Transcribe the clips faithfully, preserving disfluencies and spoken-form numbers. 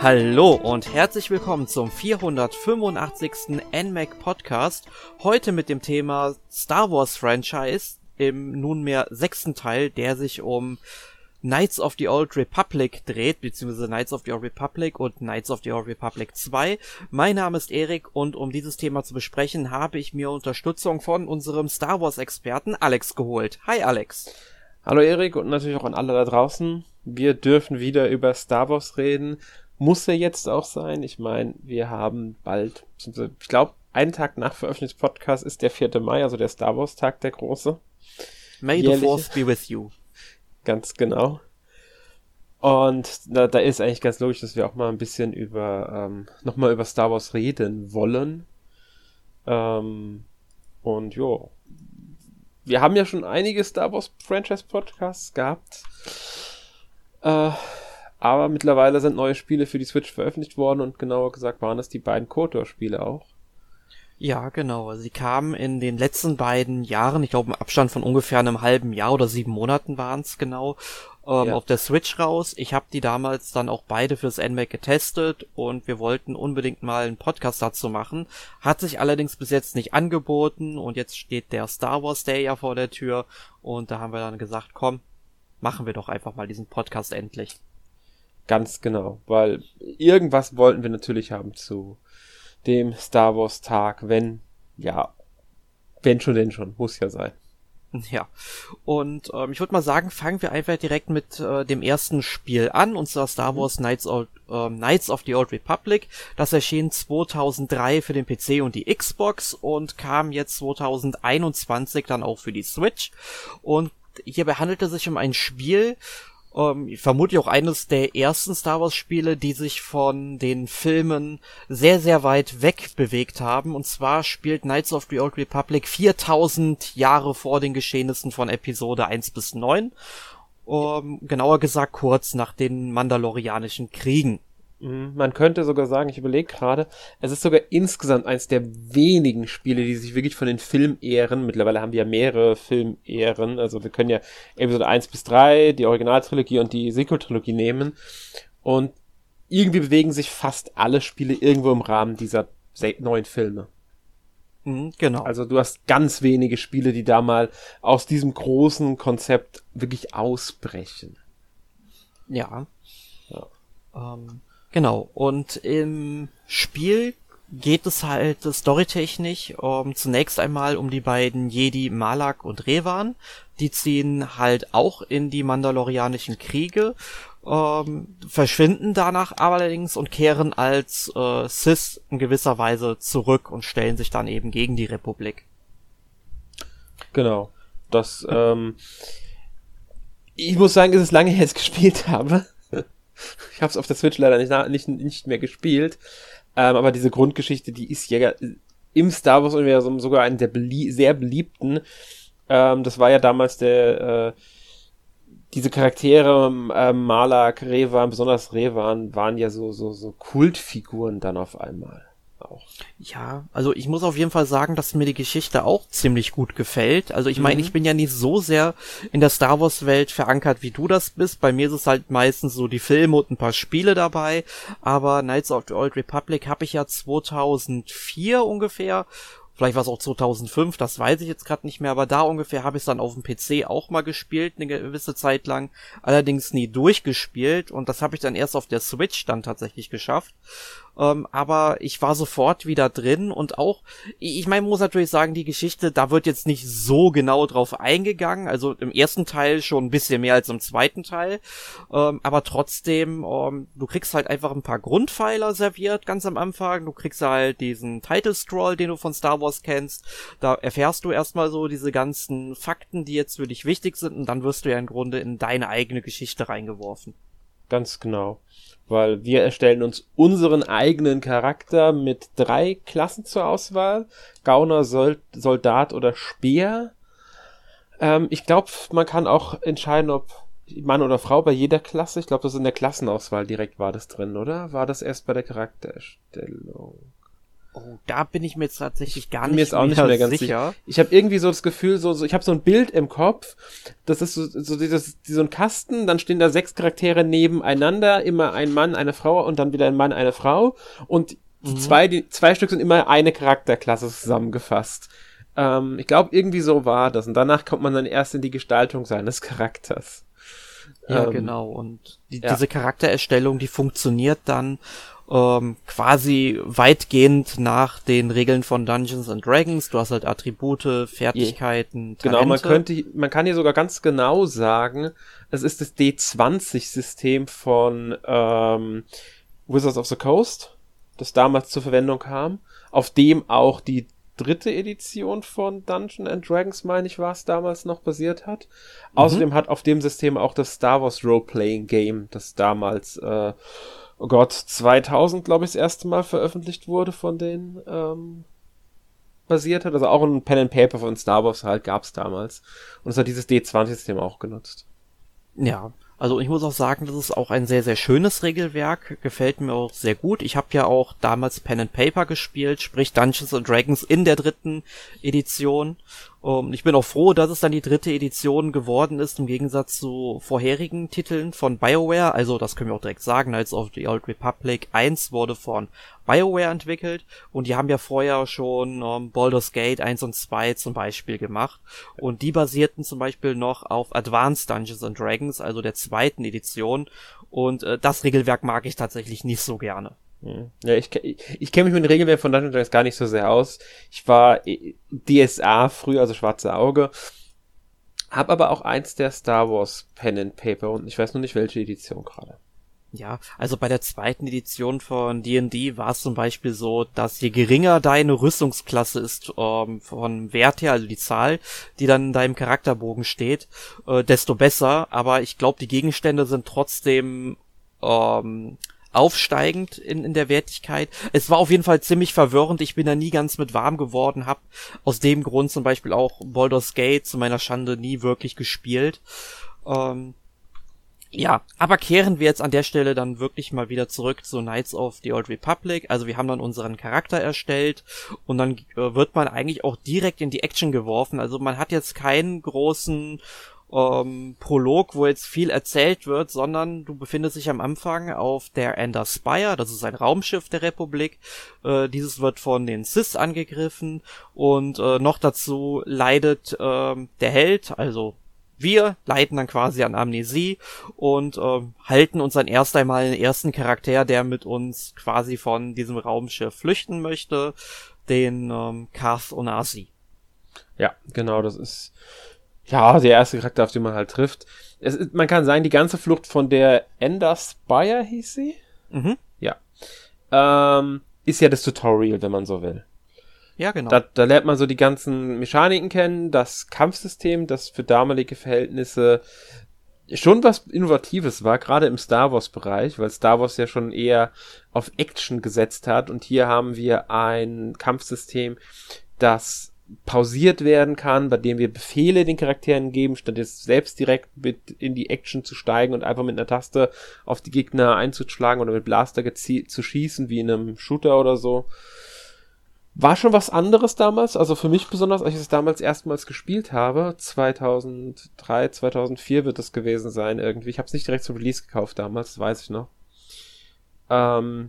Hallo und herzlich willkommen zum vierhundertfünfundachtzigsten N M A C Podcast. Heute mit dem Thema Star Wars Franchise im nunmehr sechsten Teil, der sich um Knights of the Old Republic dreht, beziehungsweise Knights of the Old Republic und Knights of the Old Republic zwei. Mein Name ist Erik und um dieses Thema zu besprechen, habe ich mir Unterstützung von unserem Star Wars Experten Alex geholt. Hi Alex. Hallo Erik und natürlich auch an alle da draußen. Wir dürfen wieder über Star Wars reden. Muss ja jetzt auch sein. Ich meine, wir haben bald, ich glaube, einen Tag nach Veröffentlichung des Podcasts ist der vierte Mai, also der Star Wars Tag, der große. May the Force be with you. Ganz genau. Und na, da ist eigentlich ganz logisch, dass wir auch mal ein bisschen über, ähm, nochmal über Star Wars reden wollen. Ähm, und jo. Wir haben ja schon einige Star Wars Franchise Podcasts gehabt. Äh, aber mittlerweile sind neue Spiele für die Switch veröffentlicht worden und genauer gesagt waren es die beiden KOTOR-Spiele auch. Ja, genau. Sie kamen in den letzten beiden Jahren, ich glaube im Abstand von ungefähr einem halben Jahr oder sieben Monaten waren es genau, ähm, ja. auf der Switch raus. Ich habe die damals dann auch beide fürs N M A C getestet und wir wollten unbedingt mal einen Podcast dazu machen. Hat sich allerdings bis jetzt nicht angeboten und jetzt steht der Star Wars Day ja vor der Tür und da haben wir dann gesagt, komm, machen wir doch einfach mal diesen Podcast endlich. Ganz genau, weil irgendwas wollten wir natürlich haben zu dem Star Wars Tag, wenn, ja, wenn schon, denn schon, muss ja sein. Ja, und ähm, ich würde mal sagen, fangen wir einfach direkt mit äh, dem ersten Spiel an, und zwar Star Wars Knights of, äh, Knights of the Old Republic. Das erschien zweitausenddrei für den P C und die Xbox und kam jetzt zweitausendeinundzwanzig dann auch für die Switch. Und hierbei handelt es sich um ein Spiel, Um, vermutlich auch eines der ersten Star Wars Spiele, die sich von den Filmen sehr, sehr weit weg bewegt haben. Und zwar spielt Knights of the Old Republic viertausend Jahre vor den Geschehnissen von Episode eins bis neun. Um, genauer gesagt kurz nach den Mandalorianischen Kriegen. Man könnte sogar sagen, ich überlege gerade, es ist sogar insgesamt eines der wenigen Spiele, die sich wirklich von den Filmehren, mittlerweile haben wir ja mehrere Filmehren, also wir können ja Episode eins bis drei, die Originaltrilogie und die Sequel-Trilogie nehmen und irgendwie bewegen sich fast alle Spiele irgendwo im Rahmen dieser neuen Filme. Mhm, genau. Also du hast ganz wenige Spiele, die da mal aus diesem großen Konzept wirklich ausbrechen. Ja. Ja. Ähm... Genau, und im Spiel geht es halt storytechnisch um, zunächst einmal um die beiden Jedi Malak und Revan. Die ziehen halt auch in die Mandalorianischen Kriege, ähm, verschwinden danach allerdings und kehren als äh, Sith in gewisser Weise zurück und stellen sich dann eben gegen die Republik. Genau, das, ähm, ich muss sagen, es ist lange her, dass ich gespielt habe. Ich habe es auf der Switch leider nicht, nicht, nicht mehr gespielt, ähm, aber diese Grundgeschichte, die ist ja im Star Wars-Universum sogar eine der belie- sehr beliebten. Ähm, das war ja damals der, äh, diese Charaktere, äh, Malak, Revan, besonders Revan, waren ja so, so, so Kultfiguren dann auf einmal auch. Ja, also ich muss auf jeden Fall sagen, dass mir die Geschichte auch ziemlich gut gefällt. Also ich meine, Mhm. ich bin ja nicht so sehr in der Star Wars Welt verankert, wie du das bist. Bei mir ist es halt meistens so die Filme und ein paar Spiele dabei. Aber Knights of the Old Republic habe ich ja zweitausendvier ungefähr. Vielleicht war es auch zweitausendfünf, das weiß ich jetzt gerade nicht mehr, aber da ungefähr habe ich es dann auf dem P C auch mal gespielt, eine gewisse Zeit lang, allerdings nie durchgespielt und das habe ich dann erst auf der Switch dann tatsächlich geschafft. Ähm, aber ich war sofort wieder drin und auch, ich meine, muss natürlich sagen, die Geschichte, da wird jetzt nicht so genau drauf eingegangen, also im ersten Teil schon ein bisschen mehr als im zweiten Teil, ähm, aber trotzdem, ähm, du kriegst halt einfach ein paar Grundpfeiler serviert ganz am Anfang, du kriegst halt diesen Title-Scroll, den du von Star Wars kennst, da erfährst du erstmal so diese ganzen Fakten, die jetzt für dich wichtig sind und dann wirst du ja im Grunde in deine eigene Geschichte reingeworfen. Ganz genau. Weil wir erstellen uns unseren eigenen Charakter mit drei Klassen zur Auswahl. Gauner, Sold- Soldat oder Speer. Ähm, ich glaube, man kann auch entscheiden, ob Mann oder Frau bei jeder Klasse. Ich glaube, das ist in der Klassenauswahl direkt war das drin, oder? War das erst bei der Charaktererstellung? Oh, da bin ich mir jetzt tatsächlich gar bin nicht, mir jetzt auch nicht mehr ganz sicher. sicher. Ich habe irgendwie so das Gefühl, so, so ich habe so ein Bild im Kopf, das ist so, so dieses, so ein Kasten, dann stehen da sechs Charaktere nebeneinander, immer ein Mann, eine Frau und dann wieder ein Mann, eine Frau und die mhm. zwei, die zwei Stück sind immer eine Charakterklasse zusammengefasst. Ähm, ich glaube, irgendwie so war das und danach kommt man dann erst in die Gestaltung seines Charakters. Ja, ähm, genau. Und die, ja. diese Charaktererstellung, die funktioniert dann ähm, quasi weitgehend nach den Regeln von Dungeons and Dragons. Du hast halt Attribute, Fertigkeiten, Talente. Genau, man könnte, man kann hier sogar ganz genau sagen, es ist das D zwanzig-System von ähm, Wizards of the Coast, das damals zur Verwendung kam, auf dem auch die dritte Edition von Dungeons and Dragons, meine ich, war es damals noch basiert hat. Mhm. Außerdem hat auf dem System auch das Star Wars Role-Playing Game, das damals, äh, oh Gott, zweitausend, glaube ich, das erste Mal veröffentlicht wurde, von denen ähm, basiert hat. Also auch ein Pen and Paper von Star Wars halt gab es damals. Und es hat dieses D zwanzig-System auch genutzt. Ja, also ich muss auch sagen, das ist auch ein sehr, sehr schönes Regelwerk, gefällt mir auch sehr gut. Ich habe ja auch damals Pen and Paper gespielt, sprich Dungeons and Dragons in der dritten Edition. Um, ich bin auch froh, dass es dann die dritte Edition geworden ist, im Gegensatz zu vorherigen Titeln von BioWare. Also das können wir auch direkt sagen, Knights of the Old Republic eins wurde von BioWare entwickelt und die haben ja vorher schon um, Baldur's Gate eins und zwei zum Beispiel gemacht und die basierten zum Beispiel noch auf Advanced Dungeons and Dragons, also der zweiten Edition und äh, das Regelwerk mag ich tatsächlich nicht so gerne. Ja, ich, ich, ich kenne mich mit dem Regelwerk von Dungeons and Dragons gar nicht so sehr aus. Ich war D S A früher, also Schwarze Auge, hab aber auch eins der Star Wars Pen and Paper und ich weiß nur nicht, welche Edition gerade. Ja, also bei der zweiten Edition von D und D war es zum Beispiel so, dass je geringer deine Rüstungsklasse ist, ähm, von Wert her, also die Zahl, die dann in deinem Charakterbogen steht, äh, desto besser. Aber ich glaube, die Gegenstände sind trotzdem ähm, aufsteigend in, in der Wertigkeit. Es war auf jeden Fall ziemlich verwirrend. Ich bin da nie ganz mit warm geworden, hab aus dem Grund zum Beispiel auch Baldur's Gate zu meiner Schande nie wirklich gespielt. Ähm, ja, aber kehren wir jetzt an der Stelle dann wirklich mal wieder zurück zu Knights of the Old Republic. Also wir haben dann unseren Charakter erstellt und dann äh, wird man eigentlich auch direkt in die Action geworfen. Also man hat jetzt keinen großen Ähm, Prolog, wo jetzt viel erzählt wird, sondern du befindest dich am Anfang auf der Ender Spire, das ist ein Raumschiff der Republik. Äh, dieses wird von den Sith angegriffen und äh, noch dazu leidet äh, der Held, also wir leiden dann quasi an Amnesie und äh, halten uns dann erst einmal den ersten Charakter, der mit uns quasi von diesem Raumschiff flüchten möchte, den ähm, Carth Onasi. Ja, genau, das ist ja der erste Charakter, auf den man halt trifft. Es ist, man kann sagen, die ganze Flucht von der Ender Spire hieß sie? Mhm. Ja. Ähm, ist ja das Tutorial, wenn man so will. Ja, genau. Da, da lernt man so die ganzen Mechaniken kennen, das Kampfsystem, das für damalige Verhältnisse schon was Innovatives war, gerade im Star Wars-Bereich, weil Star Wars ja schon eher auf Action gesetzt hat und hier haben wir ein Kampfsystem, das pausiert werden kann, bei dem wir Befehle den Charakteren geben, statt jetzt selbst direkt mit in die Action zu steigen und einfach mit einer Taste auf die Gegner einzuschlagen oder mit Blaster gezi- zu schießen, wie in einem Shooter oder so. War schon was anderes damals, also für mich besonders, als ich es damals erstmals gespielt habe, zweitausenddrei, zweitausendvier wird das gewesen sein irgendwie. Ich habe es nicht direkt zum Release gekauft damals, das weiß ich noch. Ähm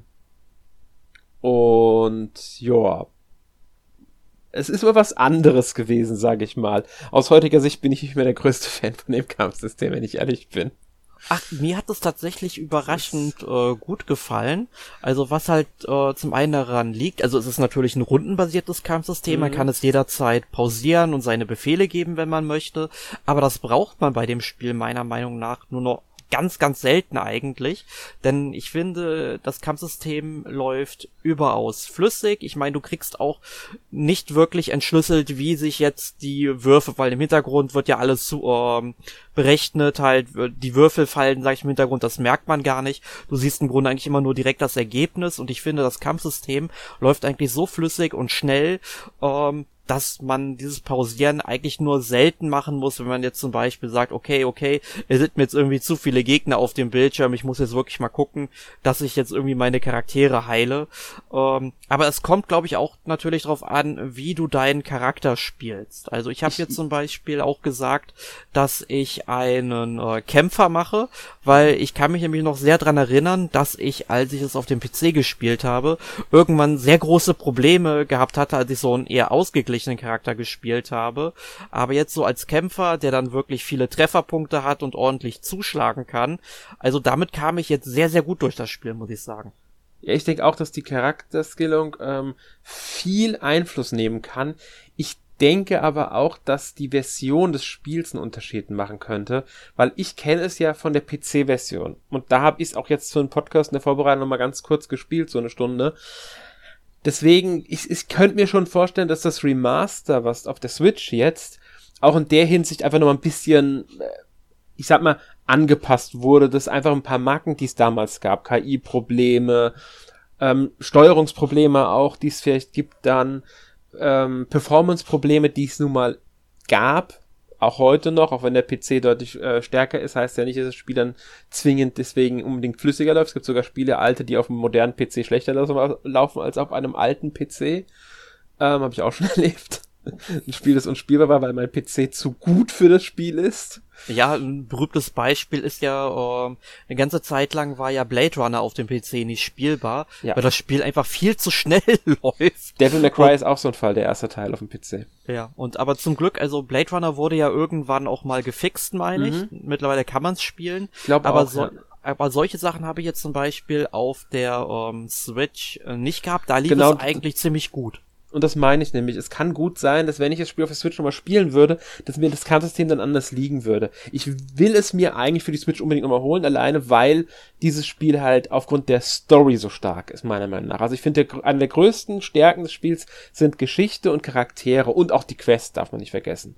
und ja, es ist immer was anderes gewesen, sage ich mal. Aus heutiger Sicht bin ich nicht mehr der größte Fan von dem Kampfsystem, wenn ich ehrlich bin. Ach, mir hat es tatsächlich überraschend äh, gut gefallen. Also was halt äh, zum einen daran liegt, also es ist natürlich ein rundenbasiertes Kampfsystem, mhm. man kann es jederzeit pausieren und seine Befehle geben, wenn man möchte, aber das braucht man bei dem Spiel meiner Meinung nach nur noch ganz, ganz selten eigentlich, denn ich finde, das Kampfsystem läuft überaus flüssig. Ich meine, du kriegst auch nicht wirklich entschlüsselt, wie sich jetzt die Würfe, weil im Hintergrund wird ja alles zu, ähm, berechnet, halt die Würfel fallen, sag ich im Hintergrund, das merkt man gar nicht. Du siehst im Grunde eigentlich immer nur direkt das Ergebnis und ich finde, das Kampfsystem läuft eigentlich so flüssig und schnell, ähm, dass man dieses Pausieren eigentlich nur selten machen muss, wenn man jetzt zum Beispiel sagt, okay, okay, es sind mir jetzt irgendwie zu viele Gegner auf dem Bildschirm, ich muss jetzt wirklich mal gucken, dass ich jetzt irgendwie meine Charaktere heile. Ähm, aber es kommt, glaube ich, auch natürlich darauf an, wie du deinen Charakter spielst. Also ich habe jetzt zum Beispiel auch gesagt, dass ich einen äh, Kämpfer mache, weil ich kann mich nämlich noch sehr dran erinnern, dass ich, als ich es auf dem P C gespielt habe, irgendwann sehr große Probleme gehabt hatte, als ich so einen eher ausgeglichenen Charakter gespielt habe. Aber jetzt so als Kämpfer, der dann wirklich viele Trefferpunkte hat und ordentlich zuschlagen kann, also damit kam ich jetzt sehr, sehr gut durch das Spiel, muss ich sagen. Ja, ich denke auch, dass die Charakterskillung ähm, viel Einfluss nehmen kann. Ich denke aber auch, dass die Version des Spiels einen Unterschied machen könnte, weil ich kenne es ja von der P C-Version. Und da habe ich es auch jetzt für einen Podcast in der Vorbereitung nochmal ganz kurz gespielt, so eine Stunde. Deswegen, ich, ich könnte mir schon vorstellen, dass das Remaster, was auf der Switch jetzt, auch in der Hinsicht einfach nochmal ein bisschen, ich sag mal, angepasst wurde, dass einfach ein paar Macken, die es damals gab, K I-Probleme, ähm, Steuerungsprobleme auch, die es vielleicht gibt, dann ähm, Performance-Probleme, die es nun mal gab, auch heute noch, auch wenn der P C deutlich äh, stärker ist, heißt ja nicht, dass das Spiel dann zwingend deswegen unbedingt flüssiger läuft. Es gibt sogar Spiele, alte, die auf einem modernen P C schlechter laufen als auf einem alten P C. Ähm, habe ich auch schon erlebt. Ein Spiel, das unspielbar war, weil mein P C zu gut für das Spiel ist. Ja, ein berühmtes Beispiel ist ja, ähm, eine ganze Zeit lang war ja Blade Runner auf dem P C nicht spielbar, ja, weil das Spiel einfach viel zu schnell läuft. Devil May Cry ist auch so ein Fall, der erste Teil auf dem P C. Ja, und aber zum Glück, also Blade Runner wurde ja irgendwann auch mal gefixt, meine ich. Mhm. Mittlerweile kann man es spielen. Ich glaube aber auch, so, ja. Aber solche Sachen habe ich jetzt zum Beispiel auf der ähm, Switch äh, nicht gehabt. Da lief genau, es eigentlich ziemlich gut. Und das meine ich nämlich. Es kann gut sein, dass wenn ich das Spiel auf der Switch nochmal spielen würde, dass mir das Kampfsystem dann anders liegen würde. Ich will es mir eigentlich für die Switch unbedingt nochmal holen, alleine weil dieses Spiel halt aufgrund der Story so stark ist, meiner Meinung nach. Also ich finde, eine der größten Stärken des Spiels sind Geschichte und Charaktere und auch die Quest, darf man nicht vergessen.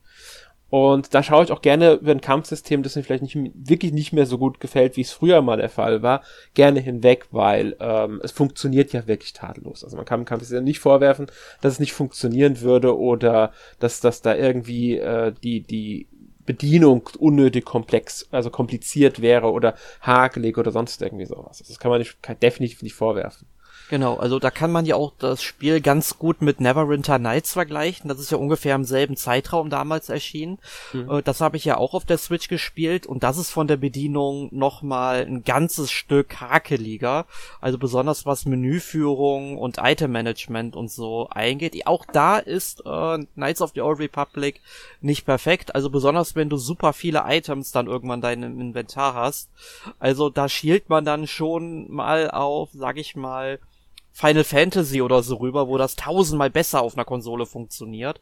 Und da schaue ich auch gerne über ein Kampfsystem, das mir vielleicht nicht, wirklich nicht mehr so gut gefällt, wie es früher mal der Fall war, gerne hinweg, weil ähm, es funktioniert ja wirklich tadellos. Also man kann dem Kampfsystem nicht vorwerfen, dass es nicht funktionieren würde oder dass, dass da irgendwie äh, die, die Bedienung unnötig komplex, also kompliziert wäre oder hakelig oder sonst irgendwie sowas. Also das kann man nicht, kann definitiv nicht vorwerfen. Genau, also da kann man ja auch das Spiel ganz gut mit Neverwinter Nights vergleichen. Das ist ja ungefähr im selben Zeitraum damals erschienen. Mhm. Das habe ich ja auch auf der Switch gespielt und das ist von der Bedienung nochmal ein ganzes Stück hakeliger. Also besonders was Menüführung und Item-Management und so eingeht. Auch da ist äh, Knights of the Old Republic nicht perfekt. Also besonders wenn du super viele Items dann irgendwann deinem Inventar hast. Also da schielt man dann schon mal auf, sag ich mal, Final Fantasy oder so rüber, wo das tausendmal besser auf einer Konsole funktioniert.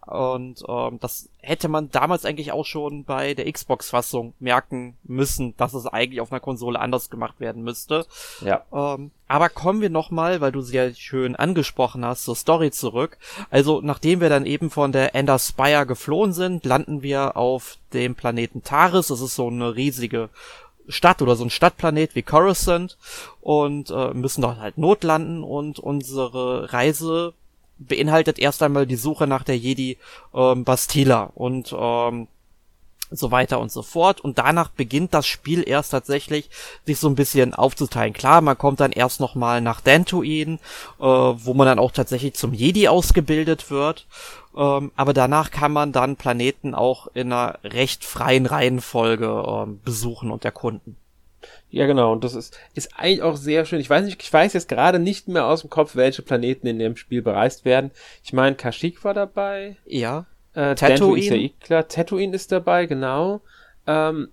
Und ähm, das hätte man damals eigentlich auch schon bei der Xbox-Fassung merken müssen, dass es eigentlich auf einer Konsole anders gemacht werden müsste. Ja. Ähm, aber kommen wir nochmal, weil du sie ja schön angesprochen hast, zur Story zurück. Also nachdem wir dann eben von der Ender Spire geflohen sind, landen wir auf dem Planeten Taris. Das ist so eine riesige Stadt oder so ein Stadtplanet wie Coruscant und äh, müssen dort halt notlanden und unsere Reise beinhaltet erst einmal die Suche nach der Jedi ähm, Bastila und ähm, so weiter und so fort und danach beginnt das Spiel erst tatsächlich sich so ein bisschen aufzuteilen. Klar, man kommt dann erst nochmal nach Dantooine, äh, wo man dann auch tatsächlich zum Jedi ausgebildet wird. Ähm, aber danach kann man dann Planeten auch in einer recht freien Reihenfolge ähm, besuchen und erkunden. Ja, genau. Und das ist, ist eigentlich auch sehr schön. Ich weiß nicht, ich weiß jetzt gerade nicht mehr aus dem Kopf, welche Planeten in dem Spiel bereist werden. Ich meine, Kashyyyk war dabei. Ja. Äh, Tatooine. Ist ja eh klar. Tatooine ist dabei, genau. Ähm,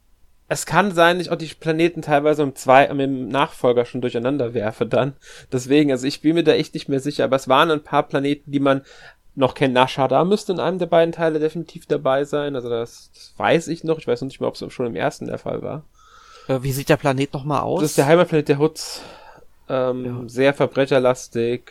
es kann sein, dass ich auch die Planeten teilweise im, zwei, im Nachfolger schon durcheinander werfe dann. Deswegen, also ich bin mir da echt nicht mehr sicher. Aber es waren ein paar Planeten, die man noch kennt. Nar Shaddaa müsste in einem der beiden Teile definitiv dabei sein. Also das, das weiß ich noch. Ich weiß noch nicht mehr, ob es schon im ersten der Fall war. Äh, wie sieht der Planet nochmal aus? Das ist der Heimatplanet der Hutts. Ähm, ja. Sehr verbrecherlastig.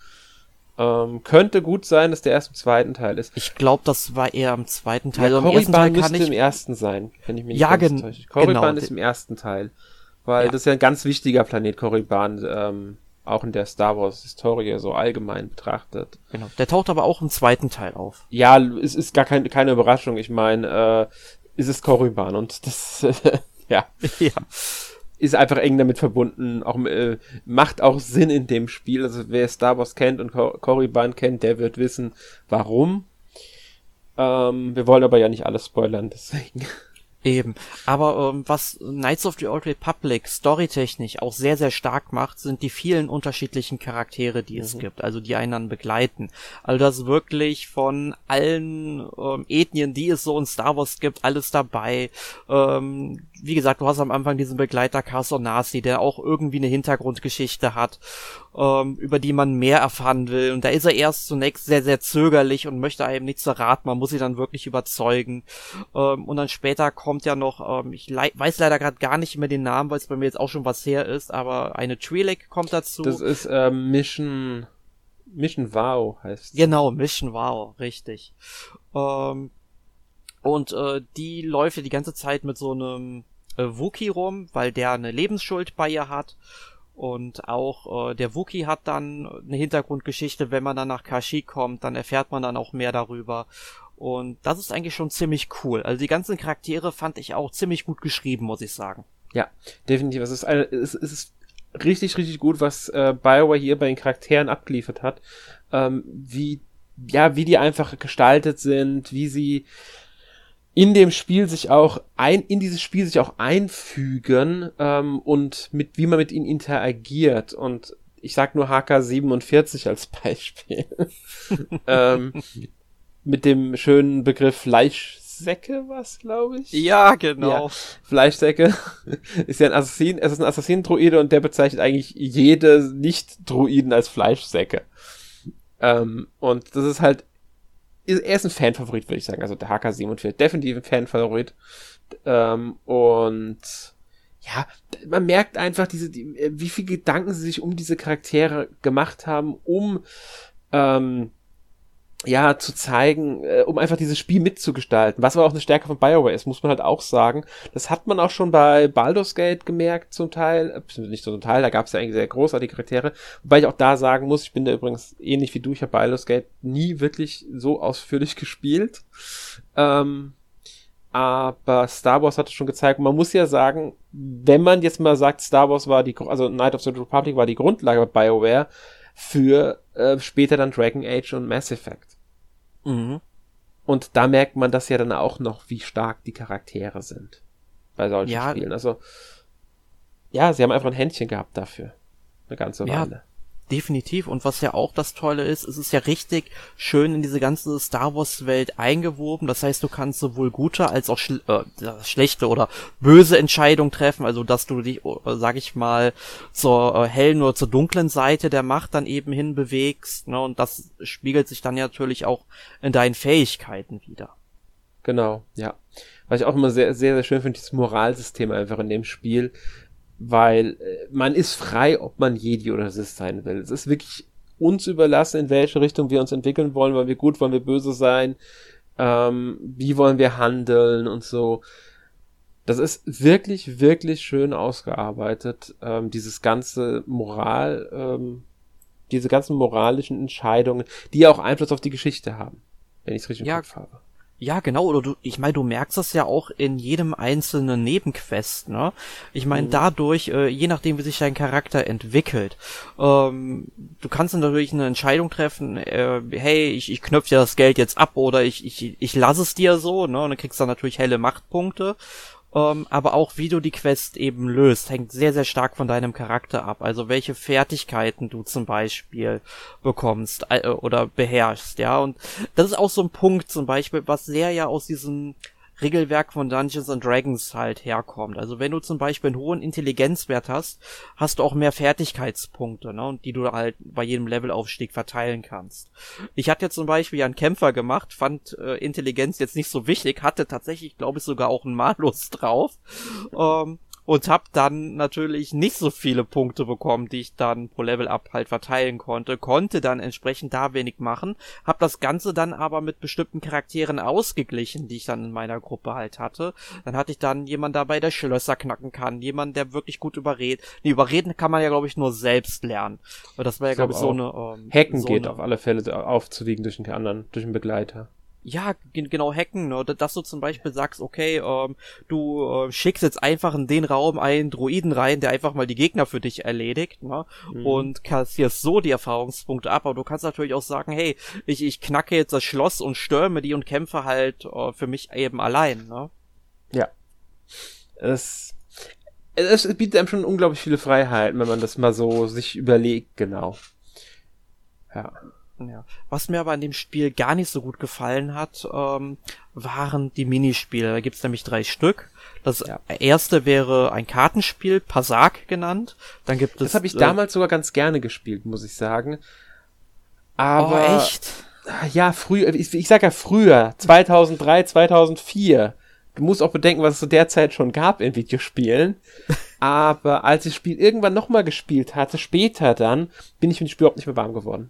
Ähm, könnte gut sein, dass der erst im zweiten Teil ist. Ich glaube, das war eher im zweiten Teil. Ja, also im ersten Teil müsste ich... im ersten sein, wenn ich mich ja, nicht gen- täusche. Korriban genau. ist im ersten Teil. Weil ja. das ist ja ein ganz wichtiger Planet, Korriban. Ähm, auch in der Star Wars Historie so allgemein betrachtet. Genau. Der taucht aber auch im zweiten Teil auf. Ja, es ist gar kein, keine Überraschung. Ich meine, äh, es ist Korriban und das, ja. Ja. Ist einfach eng damit verbunden, auch äh, macht auch Sinn in dem Spiel. Also wer Star Wars kennt und Kor- Korriban kennt, der wird wissen, warum. Ähm, wir wollen aber ja nicht alles spoilern, deswegen. Eben. Aber ähm, was Knights of the Old Republic storytechnisch auch sehr, sehr stark macht, sind die vielen unterschiedlichen Charaktere, die mhm. es gibt, also die einen dann begleiten. Also das wirklich von allen ähm, Ethnien, die es so in Star Wars gibt, alles dabei. Ähm, wie gesagt, du hast am Anfang diesen Begleiter Carson Nasi, der auch irgendwie eine Hintergrundgeschichte hat, ähm, über die man mehr erfahren will. Und da ist er erst zunächst sehr, sehr zögerlich und möchte einem nichts verraten. Man muss sie dann wirklich überzeugen. Ähm, und dann später kommt ja noch, ähm, ich le- weiß leider gerade gar nicht mehr den Namen, weil es bei mir jetzt auch schon was her ist, aber eine Twi'lek kommt dazu. Das ist ähm, Mission Mission Wow heißt es. Genau, Mission Wow, richtig. Ähm, und äh, die läuft ja die ganze Zeit mit so einem äh, Wookie rum, weil der eine Lebensschuld bei ihr hat. Und auch äh, der Wookie hat dann eine Hintergrundgeschichte, wenn man dann nach Kashyyyk kommt, dann erfährt man dann auch mehr darüber. Und das ist eigentlich schon ziemlich cool. Also die ganzen Charaktere fand ich auch ziemlich gut geschrieben, muss ich sagen. Ja, definitiv. Es ist, eine, es ist richtig, richtig gut, was äh, BioWare hier bei den Charakteren abgeliefert hat. Ähm, wie, ja, wie die einfach gestaltet sind, wie sie in dem Spiel sich auch ein, in dieses Spiel sich auch einfügen ähm, und mit, wie man mit ihnen interagiert. Und ich sag nur H K siebenundvierzig als Beispiel. ähm, mit dem schönen Begriff Fleischsäcke, was, glaube ich? Ja, genau. Ja, Fleischsäcke ist ja ein Assassin, es ist ein Assassin-Druide und der bezeichnet eigentlich jede Nicht-Druiden als Fleischsäcke. Ähm, und das ist halt, er ist ein Fanfavorit, würde ich sagen. Also der H K siebenundvierzig, definitiv ein Fanfavorit. Ähm, und ja, man merkt einfach, diese, die, wie viel Gedanken sie sich um diese Charaktere gemacht haben, um ähm, ja, zu zeigen, äh, um einfach dieses Spiel mitzugestalten, was aber auch eine Stärke von BioWare ist, muss man halt auch sagen. Das hat man auch schon bei Baldur's Gate gemerkt zum Teil, äh, nicht so zum Teil, da gab es ja eigentlich sehr großartige Charaktere, wobei ich auch da sagen muss, ich bin da übrigens ähnlich wie du, ich habe Baldur's Gate nie wirklich so ausführlich gespielt, ähm, aber Star Wars hat es schon gezeigt, man muss ja sagen, wenn man jetzt mal sagt, Star Wars war die, also Knights of the Republic war die Grundlage bei BioWare für äh, später dann Dragon Age und Mass Effect. Mhm. Und da merkt man das ja dann auch noch, wie stark die Charaktere sind bei solchen ja, Spielen. Also, ja, sie haben einfach ein Händchen gehabt dafür. Eine ganze Weile. Ja, definitiv. Und was ja auch das Tolle ist, es ist ja richtig schön in diese ganze Star Wars Welt eingewoben. Das heißt, du kannst sowohl gute als auch schl- äh, schlechte oder böse Entscheidungen treffen. Also, dass du dich, äh, sag ich mal, zur äh, hellen oder zur dunklen Seite der Macht dann eben hinbewegst. Ne? Und das spiegelt sich dann natürlich auch in deinen Fähigkeiten wieder. Genau, ja. Was ich auch immer sehr, sehr, sehr schön finde, dieses Moralsystem einfach in dem Spiel. Weil äh, man ist frei, ob man Jedi oder Sith sein will. Es ist wirklich uns überlassen, in welche Richtung wir uns entwickeln wollen. Wollen wir gut, wollen wir böse sein? Ähm, wie wollen wir handeln und so. Das ist wirklich, wirklich schön ausgearbeitet. Ähm, dieses ganze Moral, ähm, diese ganzen moralischen Entscheidungen, die ja auch Einfluss auf die Geschichte haben. Wenn ich es richtig im Ja. Kopf habe. Ja, genau, oder du, ich meine, du merkst das ja auch in jedem einzelnen Nebenquest, ne? Ich meine, mhm. dadurch, äh, je nachdem, wie sich dein Charakter entwickelt, ähm, du kannst dann natürlich eine Entscheidung treffen, äh, hey, ich, ich knöpfe dir das Geld jetzt ab oder ich, ich, ich lasse es dir so, ne? Und dann kriegst du dann natürlich helle Machtpunkte. Um, aber auch wie du die Quest eben löst, hängt sehr, sehr stark von deinem Charakter ab. Also welche Fertigkeiten du zum Beispiel bekommst äh, oder beherrschst, ja. Und das ist auch so ein Punkt zum Beispiel, was sehr ja aus diesem Regelwerk von Dungeons and Dragons halt herkommt. Also wenn du zum Beispiel einen hohen Intelligenzwert hast, hast du auch mehr Fertigkeitspunkte, ne, und die du halt bei jedem Levelaufstieg verteilen kannst. Ich hatte jetzt zum Beispiel ja einen Kämpfer gemacht, fand äh, Intelligenz jetzt nicht so wichtig, hatte tatsächlich, glaube ich, sogar auch einen Malus drauf. Ähm, und hab dann natürlich nicht so viele Punkte bekommen, die ich dann pro Level-Up halt verteilen konnte, konnte dann entsprechend da wenig machen, hab das Ganze dann aber mit bestimmten Charakteren ausgeglichen, die ich dann in meiner Gruppe halt hatte. Dann hatte ich dann jemand dabei, der Schlösser knacken kann, jemand, der wirklich gut überredet. Nee, überreden kann man ja, glaube ich, nur selbst lernen. Und das war ja, glaube ich, so eine... Ähm, Hacken so geht eine, auf alle Fälle aufzuwiegen durch den anderen, durch den Begleiter. Ja, g- genau, hacken, ne? Dass du zum Beispiel sagst, okay, ähm, du äh, schickst jetzt einfach in den Raum einen Druiden rein, der einfach mal die Gegner für dich erledigt, ne? Mhm. Und kassierst so die Erfahrungspunkte ab, aber du kannst natürlich auch sagen, hey, ich, ich knacke jetzt das Schloss und stürme die und kämpfe halt äh, für mich eben allein, ne? Ja. Es, es bietet einem schon unglaublich viele Freiheiten, wenn man das mal so sich überlegt, genau. Ja. Ja. Was mir aber an dem Spiel gar nicht so gut gefallen hat, ähm, waren die Minispiele. Da gibt's nämlich drei Stück. Das ja. erste wäre ein Kartenspiel, Pasak genannt. Dann gibt es. Das habe ich äh, damals sogar ganz gerne gespielt, muss ich sagen. Aber. Oh, echt? Ja, früher. Ich, ich sag ja früher. zweitausenddrei, zweitausendvier. Du musst auch bedenken, was es zu der Zeit schon gab in Videospielen. Aber als ich das Spiel irgendwann nochmal gespielt hatte, später dann, bin ich mit dem Spiel überhaupt nicht mehr warm geworden.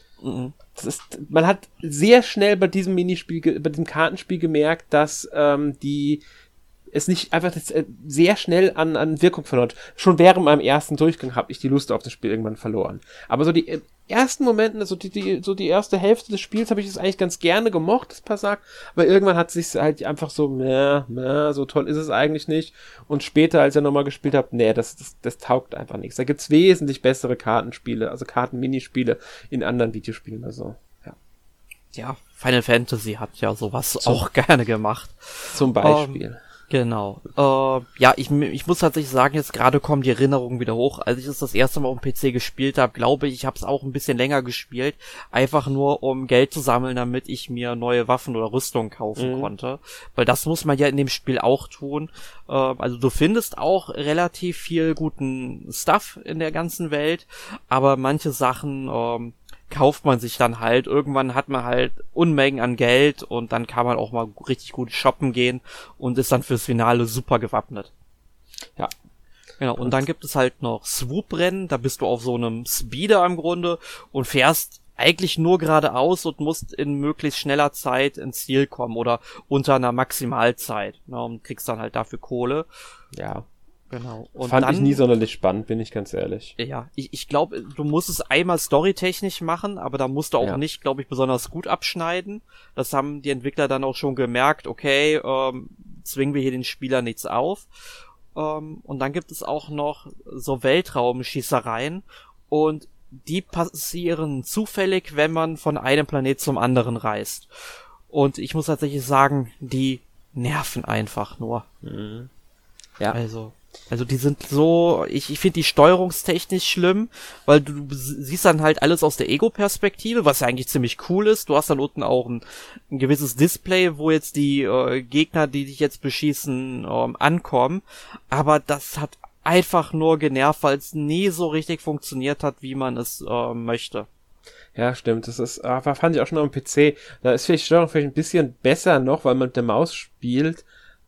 Das ist, man hat sehr schnell bei diesem Minispiel, bei diesem Kartenspiel gemerkt, dass ähm, die es nicht einfach das, äh, sehr schnell an, an Wirkung verloren. Schon während meinem ersten Durchgang habe ich die Lust auf das Spiel irgendwann verloren. Aber so die äh, ersten Momente, also die, die, so die erste Hälfte des Spiels habe ich das eigentlich ganz gerne gemocht, das Pasak, aber irgendwann hat es sich halt einfach so, meh, meh, so toll ist es eigentlich nicht. Und später, als ich nochmal gespielt habe, nee, das, das, das taugt einfach nichts. Da gibt's wesentlich bessere Kartenspiele, also Karten-Minispiele in anderen Videospielen, also, ja. Ja, Final Fantasy hat ja sowas so, auch gerne gemacht. Zum Beispiel. Um, Genau. Äh, ja, ich, ich muss tatsächlich sagen, jetzt gerade kommen die Erinnerungen wieder hoch. Als ich es das erste Mal auf dem P C gespielt habe, glaube ich, ich habe es auch ein bisschen länger gespielt. Einfach nur, um Geld zu sammeln, damit ich mir neue Waffen oder Rüstung kaufen mhm. konnte. Weil das muss man ja in dem Spiel auch tun. Äh, also du findest auch relativ viel guten Stuff in der ganzen Welt, aber manche Sachen... Ähm, kauft man sich dann halt. Irgendwann hat man halt Unmengen an Geld und dann kann man auch mal richtig gut shoppen gehen und ist dann fürs Finale super gewappnet. Ja. Genau, und dann gibt es halt noch Swoop-Rennen, da bist du auf so einem Speeder im Grunde und fährst eigentlich nur geradeaus und musst in möglichst schneller Zeit ins Ziel kommen oder unter einer Maximalzeit, ne, und kriegst dann halt dafür Kohle. Ja. Genau. Und fand dann, ich nie sonderlich spannend, bin ich ganz ehrlich. Ja, ich, ich glaube, du musst es einmal storytechnisch machen, aber da musst du auch ja. nicht, glaube ich, besonders gut abschneiden. Das haben die Entwickler dann auch schon gemerkt, okay, ähm, zwingen wir hier den Spieler nichts auf. Ähm, und dann gibt es auch noch so Weltraumschießereien und die passieren zufällig, wenn man von einem Planet zum anderen reist. Und ich muss tatsächlich sagen, die nerven einfach nur. Mhm. Ja. Also... Also die sind so, ich, ich finde die steuerungstechnisch schlimm, weil du, du siehst dann halt alles aus der Ego-Perspektive, was ja eigentlich ziemlich cool ist. Du hast dann unten auch ein, ein gewisses Display, wo jetzt die äh, Gegner, die dich jetzt beschießen, ähm, ankommen. Aber das hat einfach nur genervt, weil es nie so richtig funktioniert hat, wie man es äh, möchte. Ja, stimmt. Das ist, aber fand ich auch schon auf dem P C. Da ist vielleicht die Steuerung vielleicht ein bisschen besser noch, weil man mit der Maus spielt.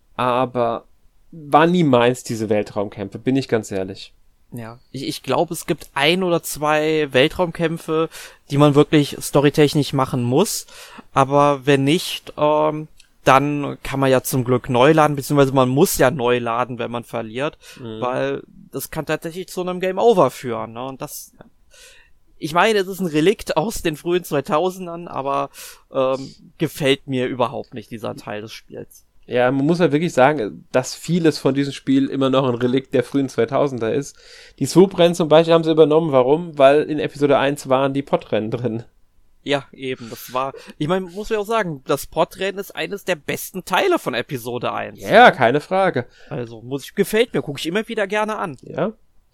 Aber war nie meins, diese Weltraumkämpfe, bin ich ganz ehrlich. Ja, ich, ich glaube, es gibt ein oder zwei Weltraumkämpfe, die man wirklich storytechnisch machen muss, aber wenn nicht, ähm, dann kann man ja zum Glück neu laden, beziehungsweise man muss ja neu laden, wenn man verliert, mhm. weil das kann tatsächlich zu einem Game Over führen, ne? Und das, ich meine, es ist ein Relikt aus den frühen zweitausendern, aber ähm, gefällt mir überhaupt nicht, dieser Teil des Spiels. Ja, man muss halt wirklich sagen, dass vieles von diesem Spiel immer noch ein Relikt der frühen zweitausender ist. Die Swoop-Rennen zum Beispiel haben sie übernommen. Warum? Weil in Episode eins waren die Podrennen drin. Ja, eben, das war, ich meine, muss man auch sagen, das Podrennen ist eines der besten Teile von Episode eins. Ja, keine Frage. Also, muss ich, gefällt mir, gucke ich immer wieder gerne an. Ja.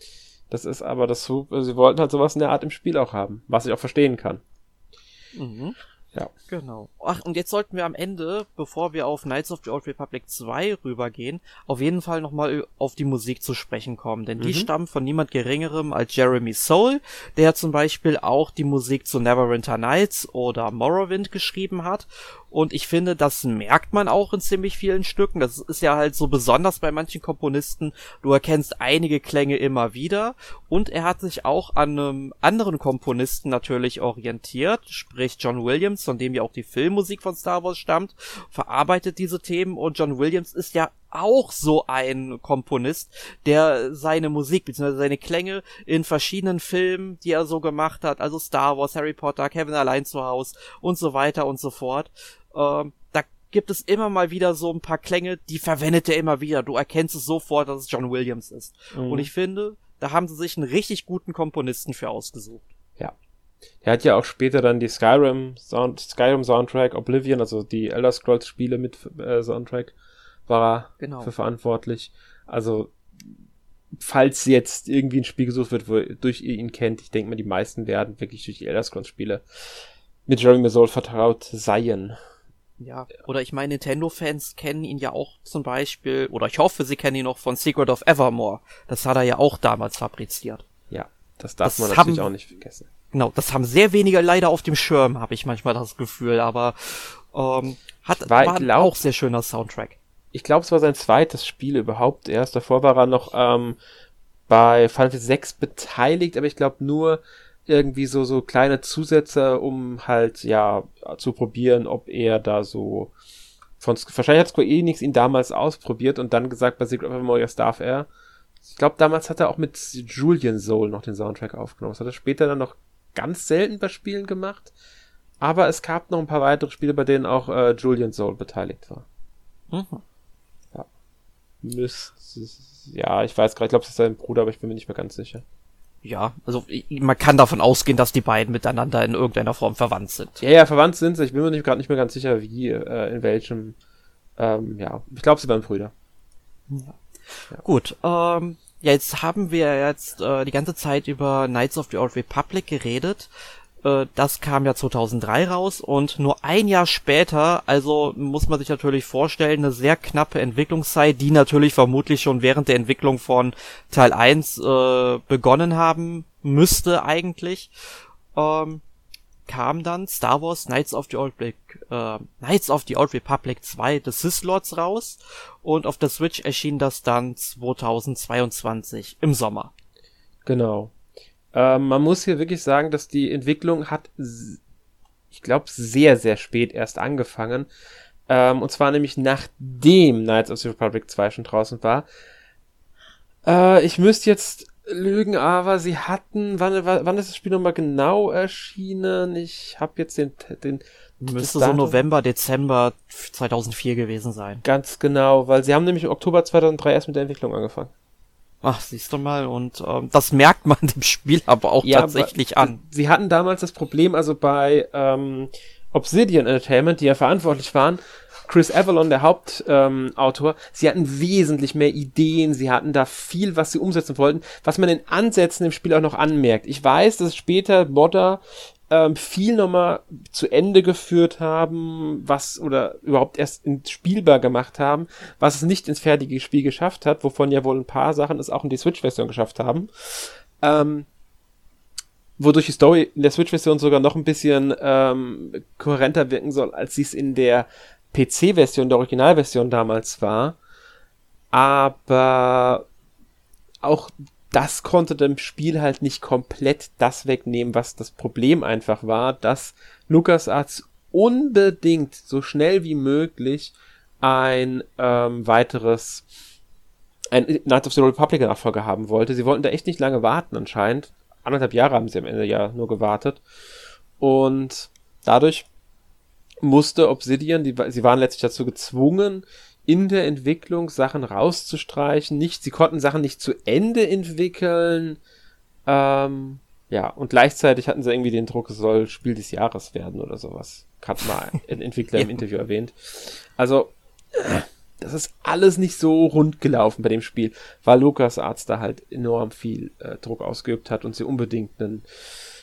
Das ist aber das Swoop, sie wollten halt sowas in der Art im Spiel auch haben, was ich auch verstehen kann. Mhm. Ja. Genau. Ach, und jetzt sollten wir am Ende, bevor wir auf Knights of the Old Republic zwei rübergehen, auf jeden Fall nochmal auf die Musik zu sprechen kommen. Denn die Mhm. stammt von niemand Geringerem als Jeremy Soule, der zum Beispiel auch die Musik zu Neverwinter Nights oder Morrowind geschrieben hat. Und ich finde, das merkt man auch in ziemlich vielen Stücken. Das ist ja halt so besonders bei manchen Komponisten. Du erkennst einige Klänge immer wieder. Und er hat sich auch an einem anderen Komponisten natürlich orientiert, sprich John Williams, von dem ja auch die Filmmusik von Star Wars stammt, verarbeitet diese Themen. Und John Williams ist ja auch so ein Komponist, der seine Musik bzw. seine Klänge in verschiedenen Filmen, die er so gemacht hat, also Star Wars, Harry Potter, Kevin allein zu Hause und so weiter und so fort, ähm, da gibt es immer mal wieder so ein paar Klänge, die verwendet er immer wieder. Du erkennst es sofort, dass es John Williams ist. Mhm. Und ich finde, da haben sie sich einen richtig guten Komponisten für ausgesucht. Ja. Er hat ja auch später dann die Skyrim Sound, Skyrim Soundtrack, Oblivion, also die Elder Scrolls Spiele mit äh, Soundtrack, war er genau. für verantwortlich. Also, falls jetzt irgendwie ein Spiel gesucht wird, wodurch ihr ihn kennt, ich denke mal, die meisten werden wirklich durch die Elder Scrolls Spiele mit Jeremy Soule vertraut seien. Ja, oder ich meine, Nintendo-Fans kennen ihn ja auch zum Beispiel, oder ich hoffe, sie kennen ihn noch von Secret of Evermore. Das hat er ja auch damals fabriziert. Ja, das darf das man natürlich haben, auch nicht vergessen. Genau, das haben sehr wenige leider auf dem Schirm, habe ich manchmal das Gefühl, aber ähm, hat war, war glaub, auch sehr schöner Soundtrack. Ich glaube, es war sein zweites Spiel überhaupt erst. Davor war er noch ähm, bei Final Fantasy sechs beteiligt, aber ich glaube nur irgendwie so so kleine Zusätze, um halt, ja, zu probieren, ob er da so von, wahrscheinlich hat Square Enix ihn damals ausprobiert und dann gesagt, bei Secret of Evermore, das darf er. Ich glaube, damals hat er auch mit Julian Soule noch den Soundtrack aufgenommen. Das hat er später dann noch ganz selten bei Spielen gemacht, aber es gab noch ein paar weitere Spiele, bei denen auch äh, Julian Soule beteiligt war. Mhm. Ja. Müsste, ja, ich weiß gerade, ich glaube, es ist sein Bruder, aber ich bin mir nicht mehr ganz sicher. Ja, also man kann davon ausgehen, dass die beiden miteinander in irgendeiner Form verwandt sind. Ja, ja, verwandt sind sie. Ich bin mir gerade nicht mehr ganz sicher, wie, äh, in welchem, ähm, ja, ich glaube, sie waren Brüder. Ja. Ja. Gut, ähm, ja, jetzt haben wir jetzt äh, die ganze Zeit über Knights of the Old Republic geredet. Äh, das kam ja zweitausenddrei raus und nur ein Jahr später, also muss man sich natürlich vorstellen, eine sehr knappe Entwicklungszeit, die natürlich vermutlich schon während der Entwicklung von Teil eins äh, begonnen haben müsste eigentlich, ähm, kam dann Star Wars Knights of the Old Republic, äh, Knights of the Old Republic zwei The Sith Lords raus und auf der Switch erschien das dann zweitausendzweiundzwanzig im Sommer. Genau. Ähm, man muss hier wirklich sagen, dass die Entwicklung hat, ich glaube, sehr, sehr spät erst angefangen. Ähm, und zwar nämlich nachdem Knights of the Republic zwei schon draußen war. Äh, ich müsste jetzt lügen, aber sie hatten, wann, wann ist das Spiel nochmal genau erschienen? Ich habe jetzt den, den müsste so November, Dezember zweitausendvier gewesen sein. Ganz genau, weil sie haben nämlich im Oktober zweitausenddrei erst mit der Entwicklung angefangen. Ach, siehst du mal, und ähm, das merkt man dem Spiel aber auch ja, tatsächlich an. Sie hatten damals das Problem, also bei ähm, Obsidian Entertainment, die ja verantwortlich waren, Chris Avellone, der Hauptautor, ähm, sie hatten wesentlich mehr Ideen, sie hatten da viel, was sie umsetzen wollten, was man in Ansätzen im Spiel auch noch anmerkt. Ich weiß, dass später Modder ähm, viel nochmal zu Ende geführt haben, was, oder überhaupt erst ins Spielbar gemacht haben, was es nicht ins fertige Spiel geschafft hat, wovon ja wohl ein paar Sachen es auch in die Switch-Version geschafft haben. Ähm, wodurch die Story in der Switch-Version sogar noch ein bisschen ähm, kohärenter wirken soll, als sie es in der P C-Version, der Originalversion damals war. Aber auch das konnte dem Spiel halt nicht komplett das wegnehmen, was das Problem einfach war, dass LucasArts unbedingt so schnell wie möglich ein ähm, weiteres ein Knights of the Republic Nachfolger haben wollte. Sie wollten da echt nicht lange warten anscheinend. Anderthalb Jahre haben sie am Ende ja nur gewartet. Und dadurch musste Obsidian, die, sie waren letztlich dazu gezwungen, in der Entwicklung Sachen rauszustreichen. Nicht, sie konnten Sachen nicht zu Ende entwickeln. Ähm, ja, und gleichzeitig hatten sie irgendwie den Druck, es soll Spiel des Jahres werden oder sowas. Hat mal ein Entwickler im Interview erwähnt. Also, das ist alles nicht so rund gelaufen bei dem Spiel, weil LucasArts da halt enorm viel äh, Druck ausgeübt hat und sie unbedingt einen